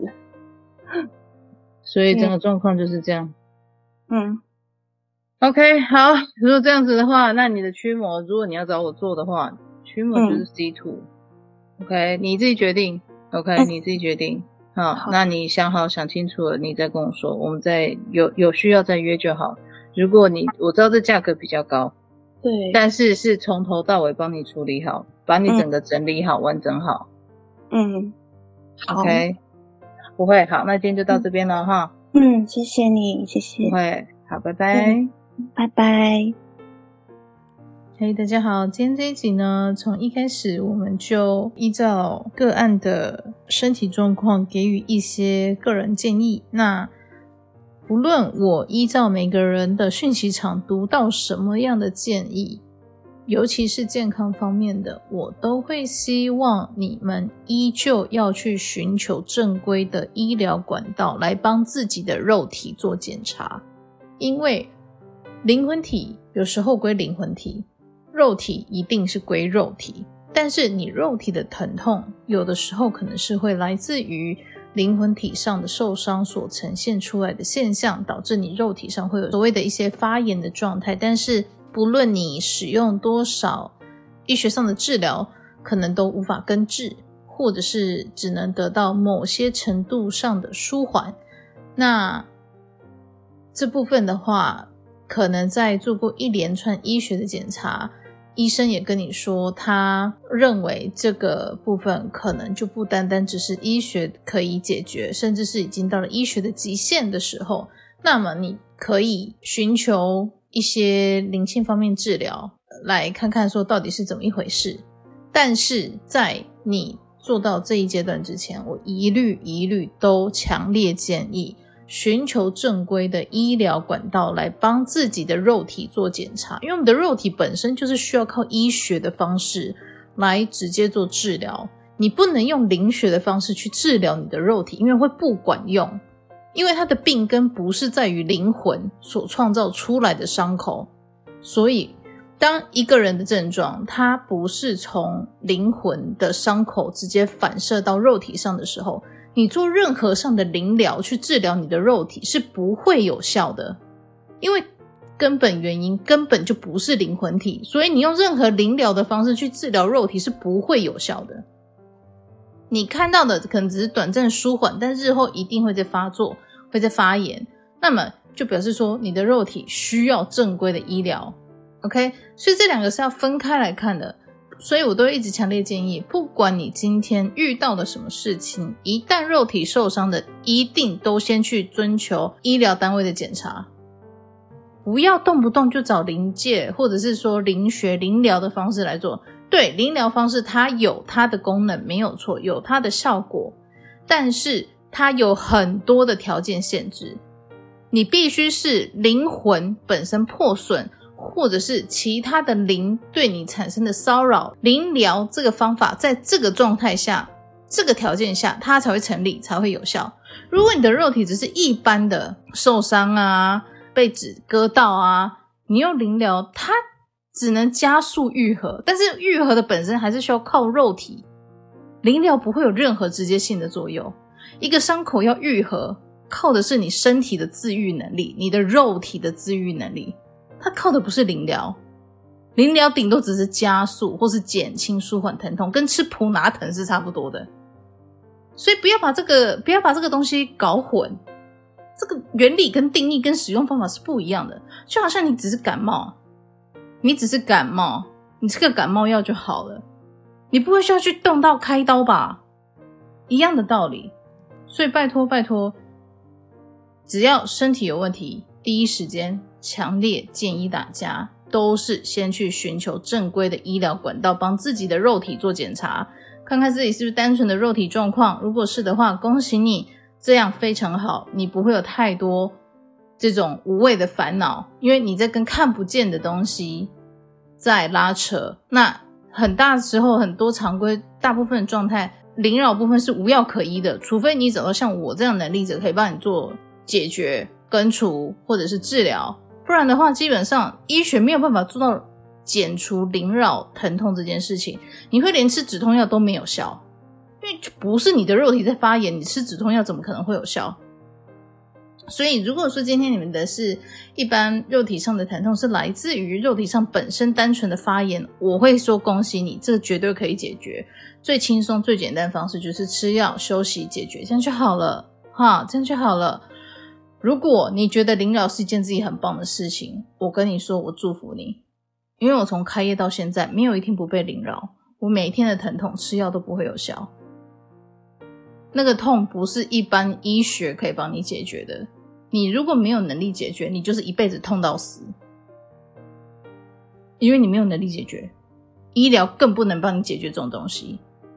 所以整个状况就是这样。 嗯 OK， 好，如果这样子的话，那你的驱魔，如果你要找我做的话，驱魔就是 C 二、嗯、OK， 你自己决定。OK，、嗯、你自己决定。好，好，那你想好想清楚了，你再跟我说，我们再有有需要再约就好。如果你我知道这价格比较高， 对， 但是是从头到尾帮你处理好，把你整个整理好、嗯、完整好。 嗯 ，OK， 不会，好，那今天就到这边了、嗯、哈。 嗯，谢谢你，谢谢。 不会，好，拜拜。 嗯、拜拜。 嘿、hey, 大家好，今天这一集呢，从一开始我们就依照个案的身体状况给予一些个人建议。那不论我依照每个人的讯息场读到什么样的建议，尤其是健康方面的，我都会希望你们依旧要去寻求正规的医疗管道来帮自己的肉体做检查，因为灵魂体有时候归灵魂体，肉体一定是归肉体，但是你肉体的疼痛有的时候可能是会来自于灵魂体上的受伤所呈现出来的现象，导致你肉体上会有所谓的一些发炎的状态，但是不论你使用多少医学上的治疗，可能都无法根治，或者是只能得到某些程度上的舒缓。那这部分的话，可能在做过一连串医学的检查，医生也跟你说他认为这个部分可能就不单单只是医学可以解决，甚至是已经到了医学的极限的时候，那么你可以寻求一些灵性方面治疗来看看说到底是怎么一回事。但是在你做到这一阶段之前，我一律一律都强烈建议寻求正规的医疗管道来帮自己的肉体做检查，因为我们的肉体本身就是需要靠医学的方式来直接做治疗，你不能用灵学的方式去治疗你的肉体，因为会不管用，因为它的病根不是在于灵魂所创造出来的伤口。所以当一个人的症状它不是从灵魂的伤口直接反射到肉体上的时候，你做任何上的灵疗去治疗你的肉体是不会有效的，因为根本原因根本就不是灵魂体，所以你用任何灵疗的方式去治疗肉体是不会有效的。你看到的可能只是短暂舒缓，但日后一定会在发作，会在发炎，那么就表示说你的肉体需要正规的医疗。 OK， 所以这两个是要分开来看的。所以我都一直强烈建议，不管你今天遇到了什么事情，一旦肉体受伤的，一定都先去征求医疗单位的检查，不要动不动就找灵界或者是说灵学灵疗的方式来做。对，灵疗方式它有它的功能没有错，有它的效果， 但是它有很多的条件限制，你必须是灵魂本身破损，或者是其他的灵对你产生的骚扰，灵疗这个方法在这个状态下，这个条件下它才会成立，才会有效。如果你的肉体只是一般的受伤啊，被纸割到啊，你用灵疗它只能加速愈合，但是愈合的本身还是需要靠肉体，灵疗不会有任何直接性的作用。一个伤口要愈合，靠的是你身体的自愈能力，你的肉体的自愈能力，它靠的不是灵疗。灵疗顶多只是加速或是减轻舒缓疼痛，跟吃普拿疼是差不多的。所以不要把这个不要把这个东西搞混，这个原理跟定义跟使用方法是不一样的。就好像你只是感冒，你只是感冒，你吃个感冒药就好了，你不会需要去动到开刀吧？一样的道理。所以拜托拜托，只要身体有问题，第一时间强烈建议大家都是先去寻求正规的医疗管道，帮自己的肉体做检查，看看自己是不是单纯的肉体状况。如果是的话，恭喜你，这样非常好，你不会有太多这种无谓的烦恼，因为你在跟看不见的东西在拉扯。那很大的时候，很多常规大部分的状态，灵扰部分是无药可医的，除非你找到像我这样的能力者可以帮你做解决、根除或者是治疗，不然的话基本上医学没有办法做到减除灵扰疼痛这件事情，你会连吃止痛药都没有效，因为就不是你的肉体在发炎，你吃止痛药怎么可能会有效？所以如果说今天你们的是一般肉体上的疼痛是来自于肉体上本身单纯的发炎，我会说恭喜你，这个绝对可以解决。最轻松最简单的方式就是吃药休息解决，这样就好了哈，这样就好了。如果你觉得灵疗是一件自己很棒的事情，我跟你说，我祝福你，因为我从开业到现在没有一天不被灵疗，我每一天的疼痛吃药都不会有效，那个痛不是一般医学可以帮你解决的，你如果没有能力解决，你就是一辈子痛到死，因为你没有能力解决，医疗更不能帮你解决这种东西。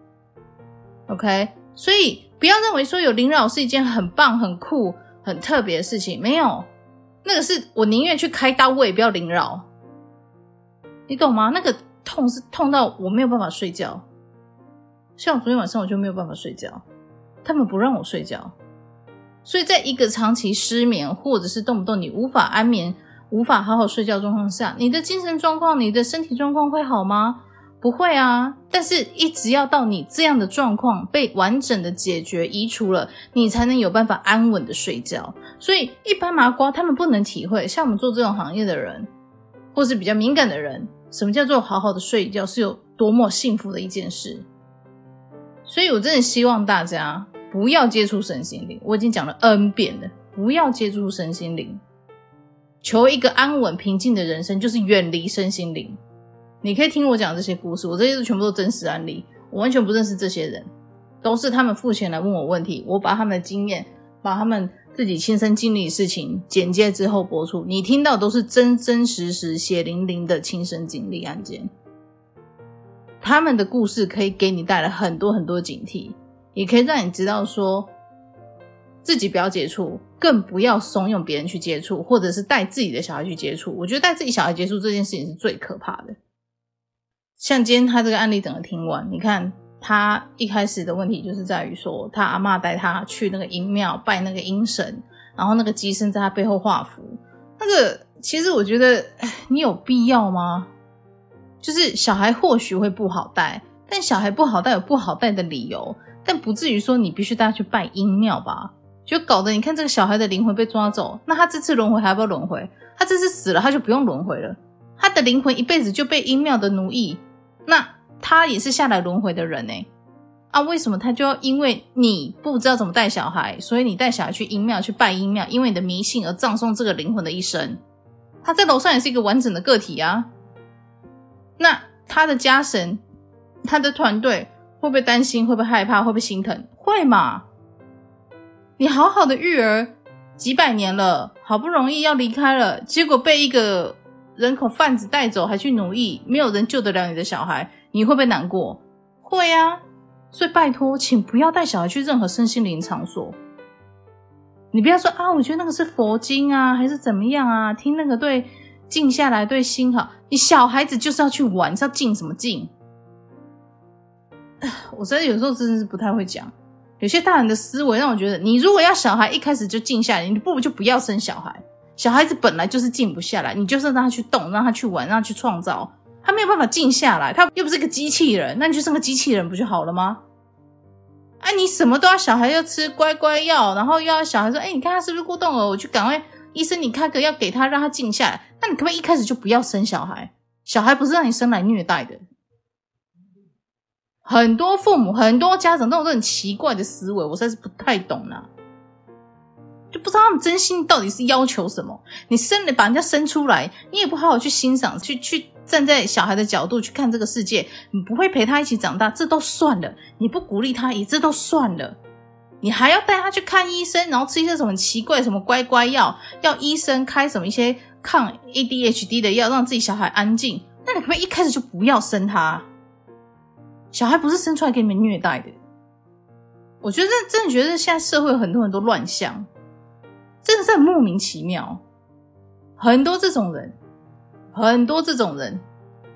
OK， 所以不要认为说有灵扰是一件很棒很酷很特别的事情，没有，那个是我宁愿去开刀我也不要灵扰，你懂吗？那个痛是痛到我没有办法睡觉，像我昨天晚上我就没有办法睡觉，他们不让我睡觉。所以在一个长期失眠或者是动不动你无法安眠无法好好睡觉状况下，你的精神状况你的身体状况会好吗？不会啊。但是一直要到你这样的状况被完整的解决移除了，你才能有办法安稳的睡觉。所以一般麻瓜他们不能体会，像我们做这种行业的人或是比较敏感的人，什么叫做好好的睡觉是有多么幸福的一件事。所以我真的希望大家不要接触身心灵，我已经讲了 N 遍了，不要接触身心灵。求一个安稳平静的人生，就是远离身心灵。你可以听我讲这些故事，我这些都全部都真实案例，我完全不认识这些人，都是他们付钱来问我问题，我把他们的经验，把他们自己亲身经历的事情简介之后播出，你听到都是真真实实血淋淋的亲身经历案件。他们的故事可以给你带来很多很多警惕，也可以让你知道说自己不要接触，更不要怂恿别人去接触，或者是带自己的小孩去接触。我觉得带自己小孩接触这件事情是最可怕的。像今天他这个案例整个听完，你看他一开始的问题就是在于说他阿嬷带他去那个阴庙拜那个阴神，然后那个乩身在他背后画符，那个其实我觉得你有必要吗？就是小孩或许会不好带，但小孩不好带有不好带的理由，但不至于说你必须带他去拜阴庙吧，就搞得你看这个小孩的灵魂被抓走，那他这次轮回还要不要轮回？他这次死了他就不用轮回了，他的灵魂一辈子就被阴庙的奴役，那他也是下来轮回的人欸啊，为什么他就要因为你不知道怎么带小孩，所以你带小孩去阴庙去拜阴庙，因为你的迷信而葬送这个灵魂的一生？他在楼上也是一个完整的个体啊，那他的家神他的团队会不会担心，会不会害怕，会不会心疼？会嘛？你好好的育儿几百年了，好不容易要离开了，结果被一个人口贩子带走还去奴役，没有人救得了你的小孩，你会不会难过？会啊。 所以拜托，请不要带小孩去任何身心灵场所。你不要说啊，我觉得那个是佛经啊，还是怎么样啊，听那个对静下来对心好。你小孩子就是要去玩，是要静什么静？我真的有时候真的是不太会讲。有些大人的思维让我觉得，你如果要小孩一开始就静下来，你不如就不要生小孩。小孩子本来就是静不下来，你就是让他去动，让他去玩，让他去创造。他没有办法静下来，他又不是个机器人，那你就生个机器人不就好了吗？啊，你什么都要小孩要吃乖乖药，然后又要小孩说，哎、欸，你看他是不是过动了？我去赶快，医生你开个药给他，让他静下来。那你可不可以一开始就不要生小孩？小孩不是让你生来虐待的。很多父母、很多家长都有这种奇怪的思维，我实在是不太懂啦、啊，就不知道他们真心到底是要求什么。你生了把人家生出来，你也不好好去欣赏，去去站在小孩的角度去看这个世界，你不会陪他一起长大，这都算了；你不鼓励他，也这都算了。你还要带他去看医生，然后吃一些什么奇怪什么乖乖药，要医生开什么一些抗 A D H D 的药，让自己小孩安静。那你可不可以一开始就不要生他？小孩不是生出来给你们虐待的。我觉得真的觉得现在社会有很多很多乱象，真的是很莫名其妙。很多这种人，很多这种人。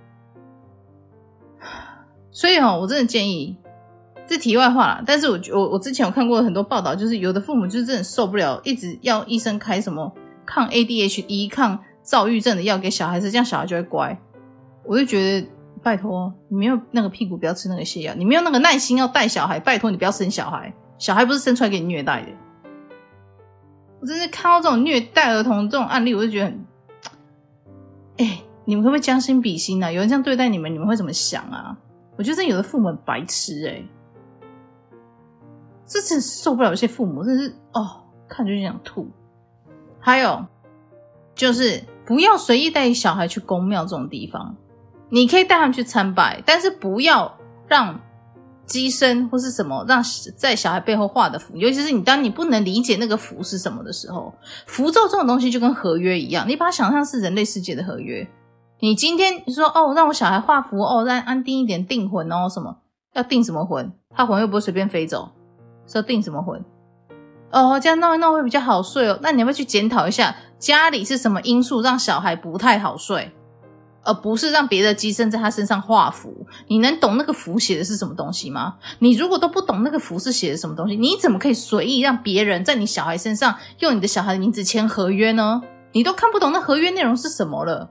所以齁，我真的建议，这题外话啦，但是我我我之前有看过很多报道，就是有的父母就是真的受不了，一直要医生开什么抗 A D H D、抗躁郁症的药给小孩子，这样小孩就会乖。我就觉得拜托，你没有那个屁股不要吃那个泻药，你没有那个耐心要带小孩，拜托你不要生小孩，小孩不是生出来给你虐待的。我真是看到这种虐待儿童这种案例，我就觉得很，哎、欸，你们会不会将心比心啊？有人这样对待你们，你们会怎么想啊？我觉得有的父母很白痴哎、欸，这真的受不了。有些父母真的是哦，看就想吐。还有就是不要随意带小孩去公庙这种地方。你可以带他们去参拜，但是不要让乩身或是什么让在小孩背后画的符，尤其是你当你不能理解那个符是什么的时候，符咒这种东西就跟合约一样，你把它想象是人类世界的合约。你今天说哦，让我小孩画符哦，让安定一点定魂哦，什么要定什么魂？他魂又不会随便飞走，是要定什么魂？哦，这样弄一弄会比较好睡哦。那你要不要去检讨一下家里是什么因素让小孩不太好睡？而不是让别的乩身在他身上画符。你能懂那个符写的是什么东西吗？你如果都不懂那个符是写的什么东西，你怎么可以随意让别人在你小孩身上用你的小孩的名字签合约呢？你都看不懂那合约内容是什么了，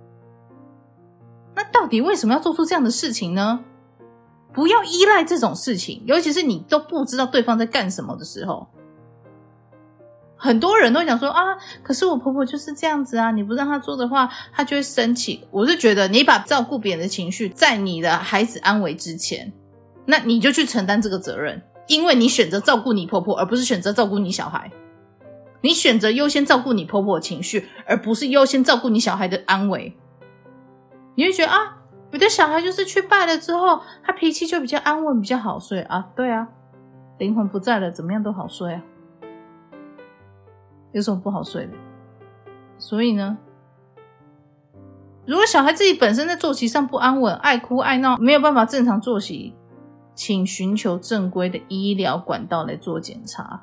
那到底为什么要做出这样的事情呢？不要依赖这种事情，尤其是你都不知道对方在干什么的时候。很多人都讲说啊，可是我婆婆就是这样子啊，你不让她做的话她就会生气。我是觉得你把照顾别人的情绪在你的孩子安危之前，那你就去承担这个责任，因为你选择照顾你婆婆而不是选择照顾你小孩，你选择优先照顾你婆婆的情绪而不是优先照顾你小孩的安危。你会觉得啊，我的小孩就是去拜了之后他脾气就比较安稳比较好睡啊，对啊，灵魂不在了怎么样都好睡啊，有什么不好睡的？所以呢，如果小孩自己本身在作息上不安稳，爱哭爱闹，没有办法正常作息，请寻求正规的医疗管道来做检查，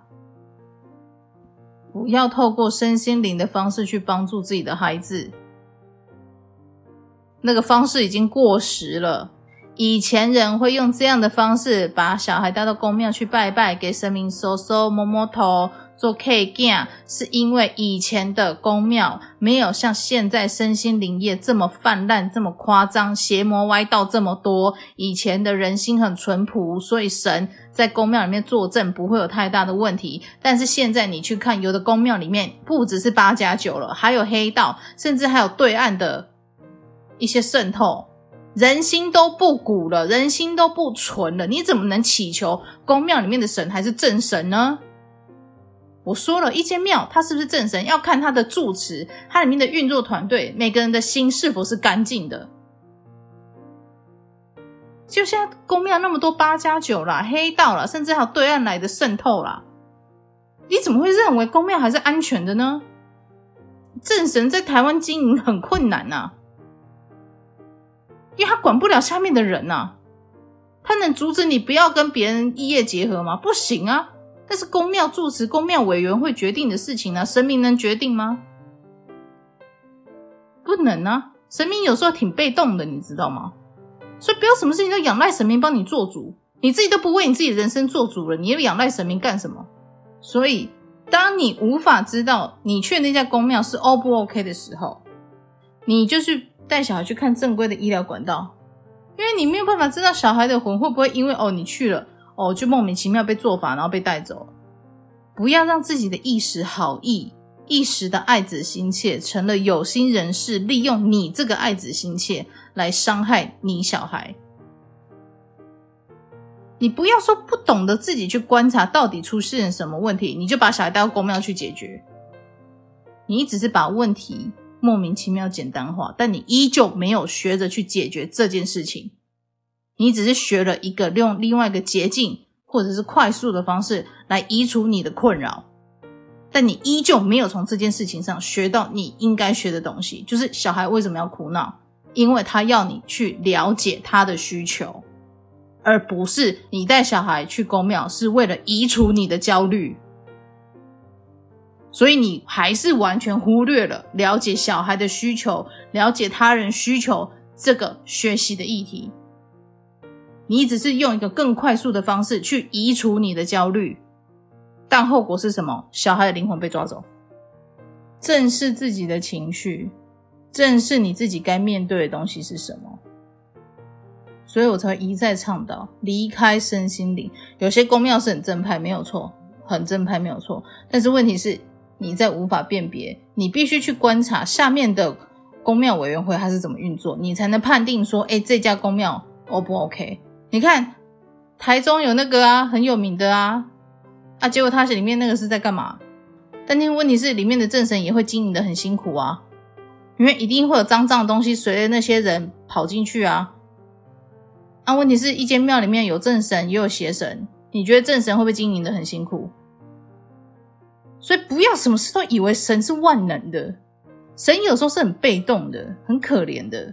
不要透过身心灵的方式去帮助自己的孩子，那个方式已经过时了。以前人会用这样的方式把小孩带到公庙去拜拜，给神明收收摸摸头做 K 件，是因为以前的公庙没有像现在身心灵业这么泛滥这么夸张，邪魔歪道这么多，以前的人心很淳朴，所以神在公庙里面坐镇不会有太大的问题。但是现在你去看有的公庙里面不只是八加九了，还有黑道，甚至还有对岸的一些渗透，人心都不古了，人心都不纯了，你怎么能祈求公庙里面的神还是正神呢？我说了，一间庙它是不是正神要看它的住持，它里面的运作团队，每个人的心是否是干净的。就现在公庙那么多八加九啦，黑道啦，甚至还有对岸来的渗透啦，你怎么会认为公庙还是安全的呢？正神在台湾经营很困难啊，因为他管不了下面的人啊， 他能阻止你不要跟别人异业结合吗？不行啊，那是宫庙住持、宫庙委员会决定的事情啊，神明能决定吗？不能啊，神明有时候挺被动的，你知道吗？所以不要什么事情都仰赖神明帮你做主，你自己都不为你自己的人生做主了，你又仰赖神明干什么？所以当你无法知道你去那家宫庙是 O 不 OK 的时候，你就去带小孩去看正规的医疗管道，因为你没有办法知道小孩的魂会不会因为哦你去了哦就莫名其妙被做法然后被带走。不要让自己的一时好意、一时的爱子心切成了有心人士利用你这个爱子心切来伤害你小孩。你不要说不懂得自己去观察到底出现什么问题，你就把小孩带到公庙去解决。你只是把问题莫名其妙简单化，但你依旧没有学着去解决这件事情。你只是学了一个用另外一个捷径或者是快速的方式来移除你的困扰，但你依旧没有从这件事情上学到你应该学的东西，就是小孩为什么要哭闹，因为他要你去了解他的需求，而不是你带小孩去公庙是为了移除你的焦虑。所以你还是完全忽略了了解小孩的需求、了解他人需求这个学习的议题。你只是用一个更快速的方式去移除你的焦虑，但后果是什么？小孩的灵魂被抓走。正视自己的情绪，正视你自己该面对的东西是什么。所以我才会一再倡导离开身心灵。有些宫庙是很正派，没有错，很正派没有错，但是问题是你在无法辨别，你必须去观察下面的宫庙委员会它是怎么运作，你才能判定说诶这家宫庙 O 不 OK。 你看台中有那个啊很有名的啊啊，结果它里面那个是在干嘛？但那问题是里面的正神也会经营得很辛苦啊，因为一定会有脏脏的东西随着那些人跑进去啊。啊，问题是一间庙里面有正神也有邪神，你觉得正神会不会经营得很辛苦？所以不要什么事都以为神是万能的，神有时候是很被动的，很可怜的。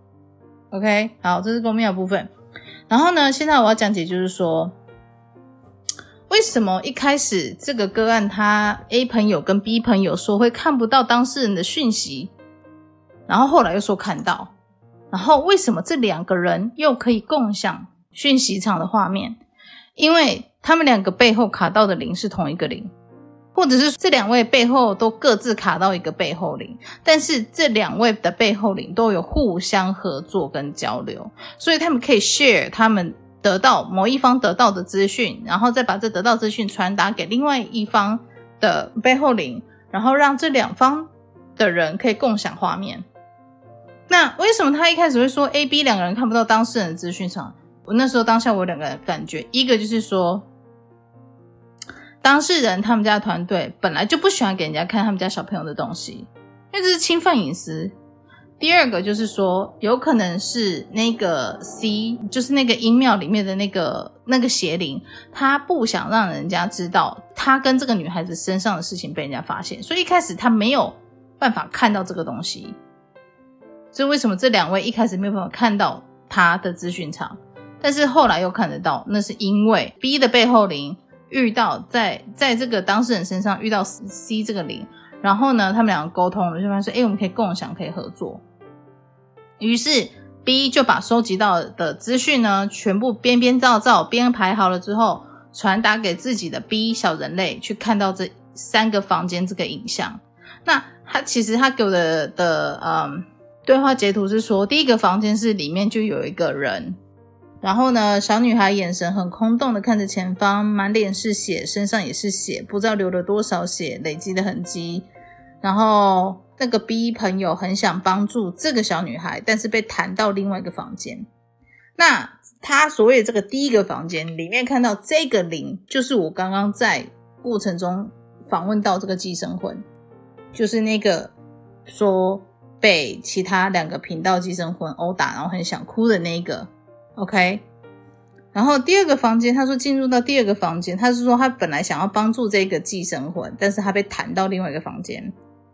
OK， 好，这是宫庙的部分。然后呢，现在我要讲解就是说为什么一开始这个个案他 A 朋友跟 B 朋友说会看不到当事人的讯息，然后后来又说看到，然后为什么这两个人又可以共享讯息场的画面？因为他们两个背后卡到的零是同一个零，或者是这两位背后都各自卡到一个背后零，但是这两位的背后零都有互相合作跟交流，所以他们可以 share 他们得到某一方得到的资讯，然后再把这得到资讯传达给另外一方的背后零，然后让这两方的人可以共享画面。那为什么他一开始会说 A、B 两个人看不到当事人的资讯场？我那时候当下我有两个感觉，一个就是说当事人他们家的团队本来就不喜欢给人家看他们家小朋友的东西，因为这是侵犯隐私。第二个就是说有可能是那个 C， 就是那个阴庙里面的那个那个邪灵，他不想让人家知道他跟这个女孩子身上的事情被人家发现，所以一开始他没有办法看到这个东西。所以为什么这两位一开始没有办法看到他的资讯场，但是后来又看得到，那是因为 B 的背后灵遇到在在这个当事人身上遇到 C 这个灵，然后呢他们两个沟通了，就发现说诶我们可以共享可以合作。于是 B 就把收集到的资讯呢全部编编造造编排好了之后，传达给自己的 B 小人类去看到这三个房间这个影像。那他其实他给我的的嗯对话截图是说，第一个房间是里面就有一个人，然后呢小女孩眼神很空洞的看着前方，满脸是血，身上也是血，不知道流了多少血累积的痕迹。然后那个 B 朋友很想帮助这个小女孩，但是被弹到另外一个房间。那他所谓的这个第一个房间里面看到这个灵，就是我刚刚在过程中访问到这个寄生魂，就是那个说被其他两个频道寄生魂殴打然后很想哭的那个 OK。 然后第二个房间，他说进入到第二个房间，他是说他本来想要帮助这个寄生魂，但是他被弹到另外一个房间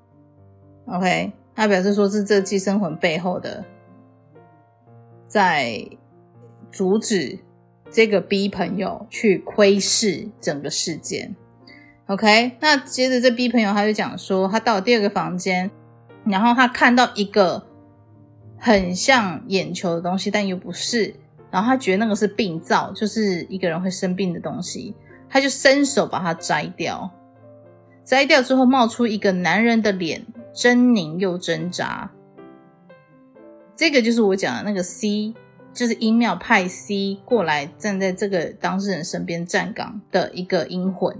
OK。 他表示说是这个寄生魂背后的在阻止这个 B 朋友去窥视整个事件。 OK， 那接着这 B 朋友他就讲说，他到了第二个房间，然后他看到一个很像眼球的东西但又不是，然后他觉得那个是病灶，就是一个人会生病的东西，他就伸手把它摘掉，摘掉之后冒出一个男人的脸，狰狞又挣扎。这个就是我讲的那个 C， 就是阴庙派 C 过来站在这个当事人身边站岗的一个阴魂。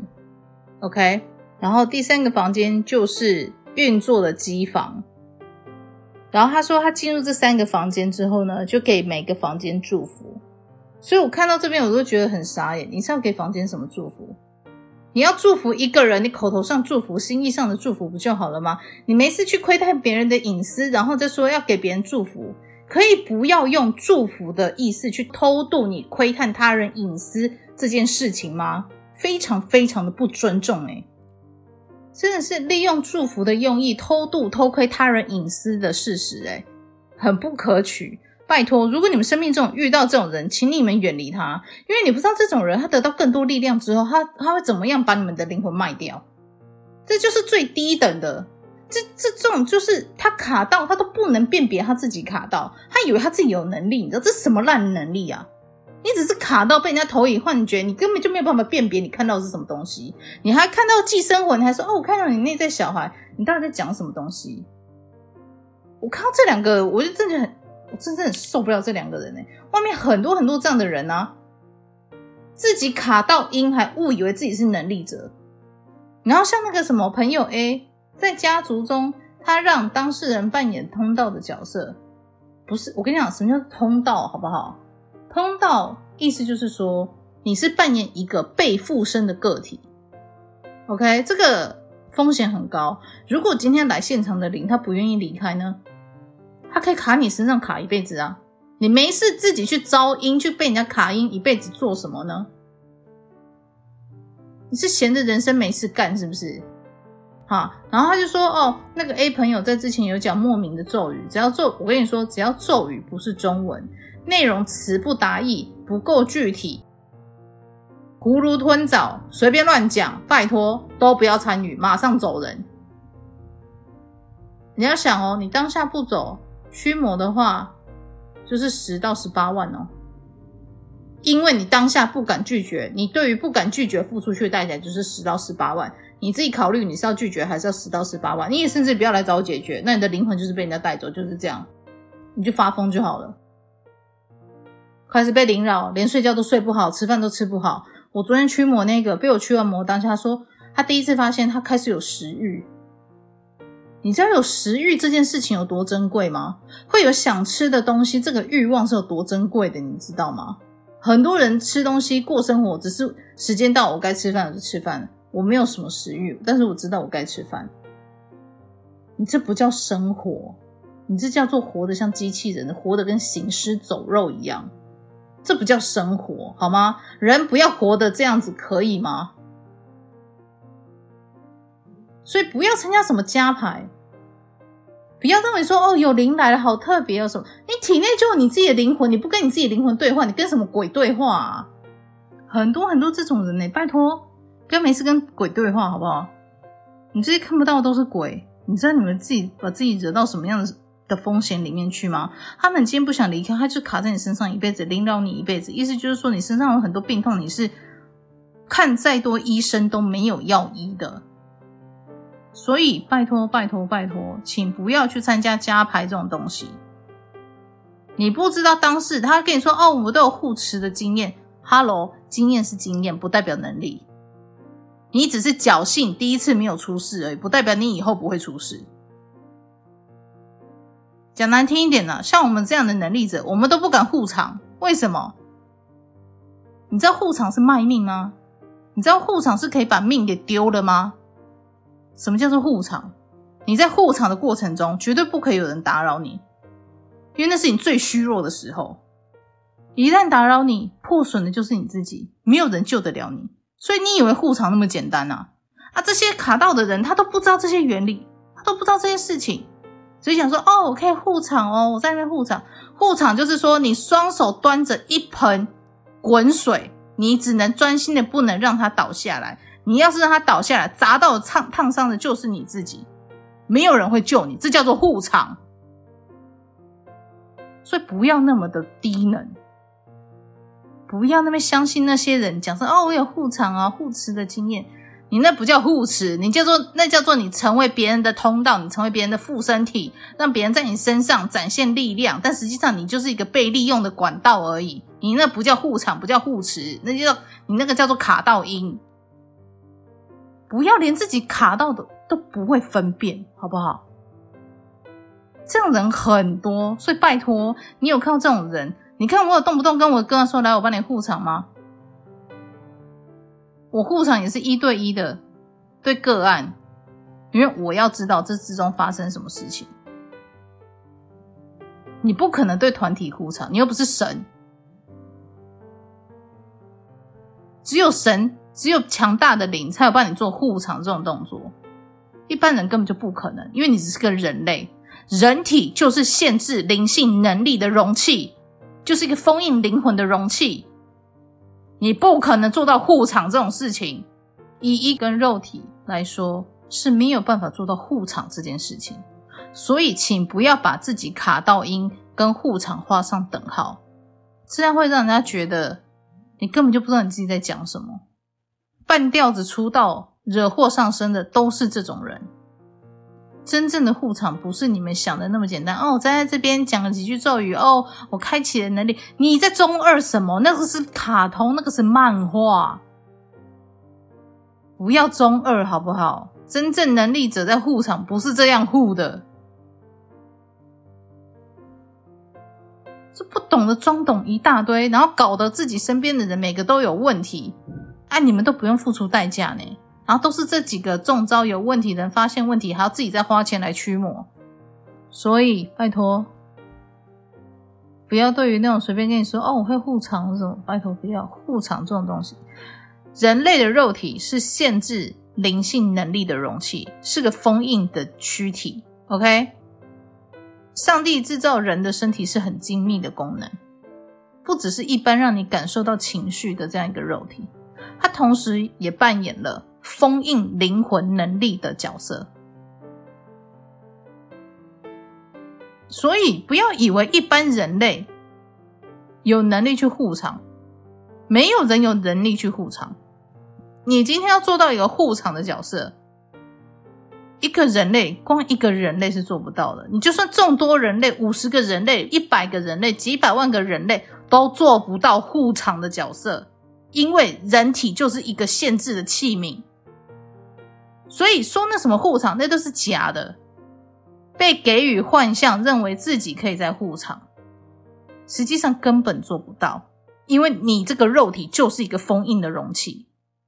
OK， 然后第三个房间就是运作的机房，然后他说他进入这三个房间之后呢，就给每个房间祝福。所以我看到这边我都觉得很傻眼，你是要给房间什么祝福？你要祝福一个人，你口头上祝福，心意上的祝福不就好了吗？你没事去窥探别人的隐私，然后再说要给别人祝福，可以不要用祝福的意思去偷渡你窥探他人隐私这件事情吗？非常非常的不尊重欸，真的是利用祝福的用意偷渡偷窥他人隐私的事实欸，很不可取。拜托，如果你们生命中遇到这种人，请你们远离他，因为你不知道这种人他得到更多力量之后，他他会怎么样把你们的灵魂卖掉，这就是最低等的。这这这种就是他卡到他都不能辨别他自己卡到，他以为他自己有能力，你知道这是什么烂能力啊？你只是卡到被人家投以幻觉，你根本就没有办法辨别你看到的是什么东西，你还看到寄生魂，你还说哦我看到你内在小孩，你到底在讲什么东西？我看到这两个我就真的很我真的很受不了这两个人欸，外面很多很多这样的人啊，自己卡到阴还误以为自己是能力者。然后像那个什么朋友 A 在家族中，他让当事人扮演通道的角色，不是，我跟你讲什么叫通道好不好？通道意思就是说你是扮演一个被附身的个体。 OK， 这个风险很高，如果今天来现场的灵他不愿意离开呢，他可以卡你身上卡一辈子啊！你没事自己去招阴，去被人家卡阴一辈子做什么呢？你是闲着人生没事干是不是？好，然后他就说哦，那个 A 朋友在之前有讲莫名的咒语，只要咒，我跟你说，只要咒语不是中文，内容词不达意，不够具体，囫囵吞枣，随便乱讲，拜托都不要参与，马上走人。你要想哦，你当下不走驱魔的话就是十到十八万哦，因为你当下不敢拒绝，你对于不敢拒绝付出去的代价就是十到十八万，你自己考虑你是要拒绝还是要十到十八万，你也甚至不要来找我解决，那你的灵魂就是被人家带走，就是这样，你就发疯就好了。开始被凌扰，连睡觉都睡不好，吃饭都吃不好。我昨天驱魔那个被我驱完魔当下说他第一次发现他开始有食欲，你知道有食欲这件事情有多珍贵吗？会有想吃的东西，这个欲望是有多珍贵的，你知道吗？很多人吃东西过生活只是时间到我该吃饭我就吃饭，我没有什么食欲，但是我知道我该吃饭。你这不叫生活，你这叫做活得像机器人，活得跟行尸走肉一样，这不叫生活好吗？人不要活得这样子可以吗？所以不要参加什么加牌，不要认为说哦有灵来了好特别有什么，你体内就有你自己的灵魂，你不跟你自己的灵魂对话，你跟什么鬼对话啊？很多很多这种人欸，拜托不要没事跟鬼对话好不好？你这些看不到的都是鬼，你知道你们自己把自己惹到什么样的风险里面去吗？他们今天不想离开，他就卡在你身上一辈子，凌扰你一辈子，意思就是说你身上有很多病痛，你是看再多医生都没有药医的。所以拜托拜托拜托，请不要去参加加牌这种东西。你不知道当事他跟你说哦我都有护持的经验， Hello， 经验是经验不代表能力，你只是侥幸第一次没有出事而已，不代表你以后不会出事。讲难听一点呢，像我们这样的能力者我们都不敢护场，为什么？你知道护场是卖命吗？你知道护场是可以把命给丢了吗？什么叫做护场？你在护场的过程中绝对不可以有人打扰你，因为那是你最虚弱的时候，一旦打扰你，破损的就是你自己，没有人救得了你。所以你以为护场那么简单啊？啊，这些卡到的人他都不知道这些原理，他都不知道这些事情，所以想说哦我可以护场哦，我在那边护场。护场就是说你双手端着一盆滚水，你只能专心的不能让它倒下来。你要是让它倒下来，砸到烫烫伤的就是你自己，没有人会救你，这叫做护场。所以不要那么的低能，不要那么相信那些人讲说哦，我有护场啊护持的经验，你那不叫护持，你叫做那叫做你成为别人的通道，你成为别人的附身体，让别人在你身上展现力量，但实际上你就是一个被利用的管道而已。你那不叫护场，不叫护持，那就叫你那个叫做卡到阴。不要连自己卡到的都不会分辨，好不好？这样人很多，所以拜托，你有看到这种人？你看我有动不动跟我哥说来我帮你护场吗？我护场也是一对一的对个案，因为我要知道这之中发生什么事情。你不可能对团体护场，你又不是神。只有神，只有强大的灵才有帮你做护场这种动作，一般人根本就不可能，因为你只是个人类。人体就是限制灵性能力的容器，就是一个封印灵魂的容器，你不可能做到护场这种事情。以一跟肉体来说是没有办法做到护场这件事情，所以请不要把自己卡到阴跟护场画上等号，这样会让人家觉得你根本就不知道你自己在讲什么。半吊子出道惹祸上身的都是这种人。真正的护场不是你们想的那么简单哦，我站在这边讲了几句咒语哦，我开启了能力。你在中二什么？那个是卡通，那个是漫画，不要中二好不好？真正能力者在护场不是这样护的，是不懂得装懂一大堆，然后搞得自己身边的人每个都有问题啊，你们都不用付出代价呢，然后都是这几个中招有问题的人发现问题，还要自己再花钱来驱魔。所以拜托不要对于那种随便跟你说哦我会护场这种，拜托不要。护场这种东西，人类的肉体是限制灵性能力的容器，是个封印的躯体 OK。 上帝制造人的身体是很精密的功能，不只是一般让你感受到情绪的这样一个肉体，它同时也扮演了封印灵魂能力的角色。所以不要以为一般人类有能力去护场，没有人有能力去护场。你今天要做到一个护场的角色，一个人类，光一个人类是做不到的，你就算众多人类，五十个人类，一百个人类，几百万个人类都做不到护场的角色，因为人体就是一个限制的器皿。所以说那什么护场那都是假的，被给予幻象认为自己可以在护场，实际上根本做不到，因为你这个肉体就是一个封印的容器。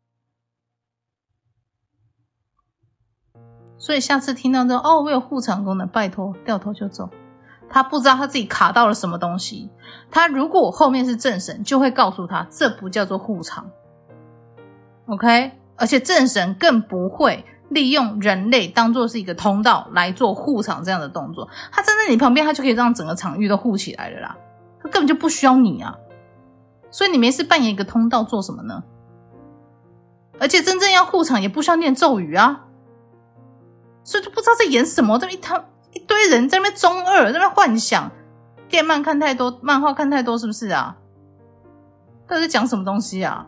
所以下次听到这哦我有护场功能，拜托掉头就走。他不知道他自己卡到了什么东西，他如果后面是正神就会告诉他这不叫做护场 OK。 而且正神更不会利用人类当作是一个通道来做护场这样的动作，他站在你旁边他就可以让整个场域都护起来了啦，他根本就不需要你啊。所以你没事扮演一个通道做什么呢？而且真正要护场也不需要念咒语啊，所以就不知道在演什么，这一套一堆人在那边中二，在那边幻想，电漫看太多，漫画看太多，是不是啊？到底在讲什么东西啊？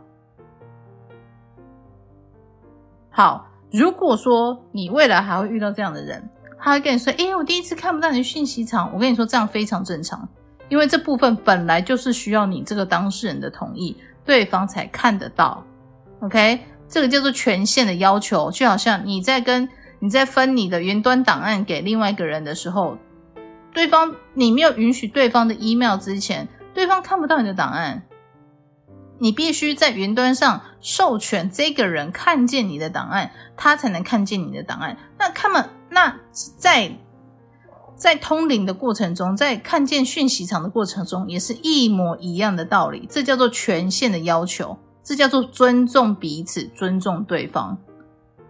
好，如果说你未来还会遇到这样的人，他会跟你说诶我第一次看不到你的讯息场，我跟你说这样非常正常，因为这部分本来就是需要你这个当事人的同意，对方才看得到 OK。 这个叫做权限的要求，就好像你在跟你在分你的云端档案给另外一个人的时候，对方你没有允许对方的 email 之前，对方看不到你的档案，你必须在云端上授权这个人看见你的档案，他才能看见你的档案。那看嘛，那在在通灵的过程中，在看见讯息场的过程中，也是一模一样的道理。这叫做权限的要求，这叫做尊重彼此，尊重对方。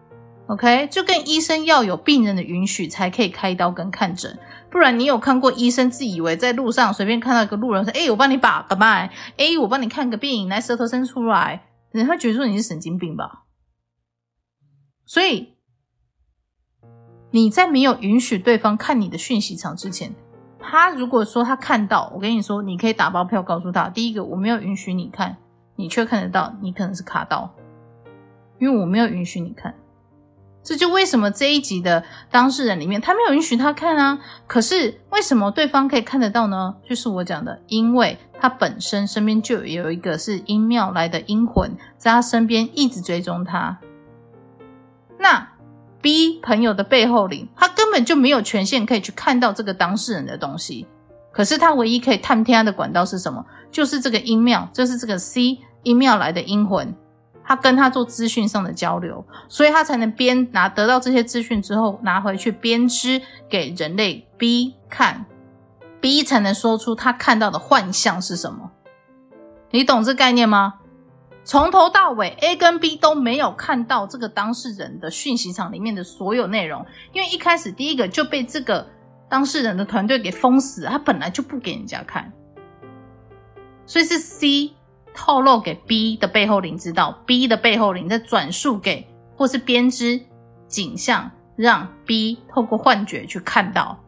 OK， 就跟医生要有病人的允许才可以开刀跟看诊，不然你有看过医生自以为在路上随便看到一个路人说，诶我帮你把个脉，诶我帮你看个病，来舌头伸出来，人会觉得说你是神经病吧。所以你在没有允许对方看你的讯息场之前，他如果说他看到，我跟你说你可以打包票告诉他，第一个我没有允许你看，你却看得到，你可能是卡到，因为我没有允许你看。这就为什么这一集的当事人里面他没有允许他看啊，可是为什么对方可以看得到呢？就是我讲的，因为他本身身边就有一个是阴庙来的阴魂在他身边一直追踪他。那 B 朋友的背后灵，他根本就没有权限可以去看到这个当事人的东西，可是他唯一可以探听他的管道是什么？就是这个阴庙，就是这个 C 阴庙来的阴魂，他跟他做资讯上的交流，所以他才能编拿得到这些资讯之后拿回去编织给人类 B 看， B 才能说出他看到的幻象是什么。你懂这概念吗？从头到尾 A 跟 B 都没有看到这个当事人的讯息场里面的所有内容，因为一开始第一个就被这个当事人的团队给封死了，他本来就不给人家看，所以是 C 透露给 B 的背后灵知道， B 的背后灵再转述给或是编织景象，让 B 透过幻觉去看到。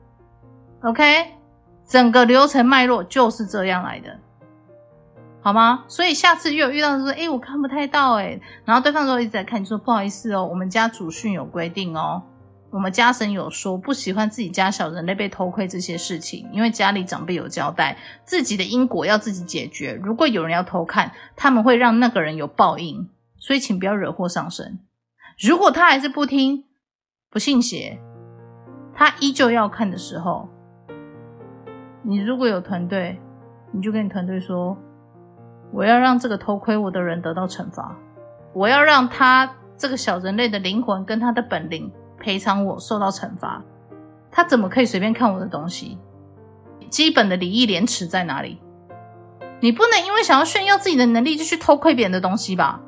OK， 整个流程脉络就是这样来的，好吗？所以下次又有遇到说诶我看不太到诶，然后对方都一直在看，你说不好意思哦，我们家主训有规定哦，我们家神有说不喜欢自己家小人类被偷窥这些事情，因为家里长辈有交代自己的因果要自己解决，如果有人要偷看，他们会让那个人有报应，所以请不要惹祸上身。如果他还是不听，不信邪，他依旧要看的时候，你如果有团队，你就跟你团队说，我要让这个偷窥我的人得到惩罚，我要让他这个小人类的灵魂跟他的本灵赔偿我受到惩罚，他怎么可以随便看我的东西？基本的礼义廉耻在哪里？你不能因为想要炫耀自己的能力就去偷窥别人的东西吧？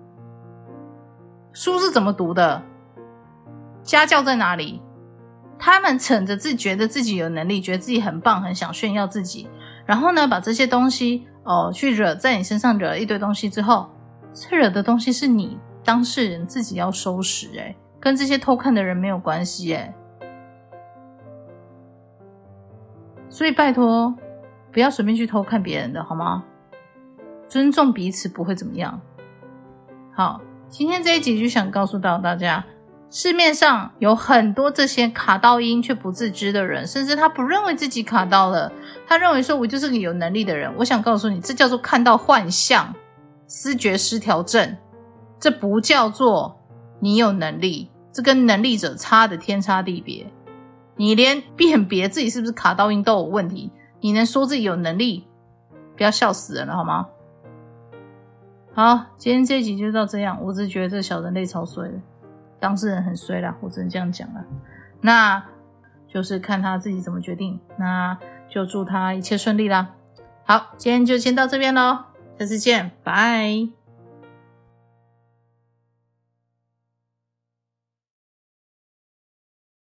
书是怎么读的？家教在哪里？他们逞着自己觉得自己有能力，觉得自己很棒，很想炫耀自己，然后呢把这些东西哦去惹，在你身上惹了一堆东西之后，这惹的东西是你当事人自己要收拾诶、欸跟这些偷看的人没有关系耶，所以拜托不要随便去偷看别人的好吗？尊重彼此不会怎么样。好，今天这一集就想告诉到大家，市面上有很多这些卡到阴却不自知的人，甚至他不认为自己卡到了，他认为说我就是个有能力的人。我想告诉你，这叫做看到幻象，思觉失调症，这不叫做你有能力，这跟能力者差的天差地别。你连辨别自己是不是卡到阴都有问题，你能说自己有能力？不要笑死人了好吗？好，今天这一集就到这样。我只是觉得这小人类超衰的，当事人很衰啦，我只能这样讲啦。那就是看他自己怎么决定，那就祝他一切顺利啦。好，今天就先到这边咯，下次见，拜。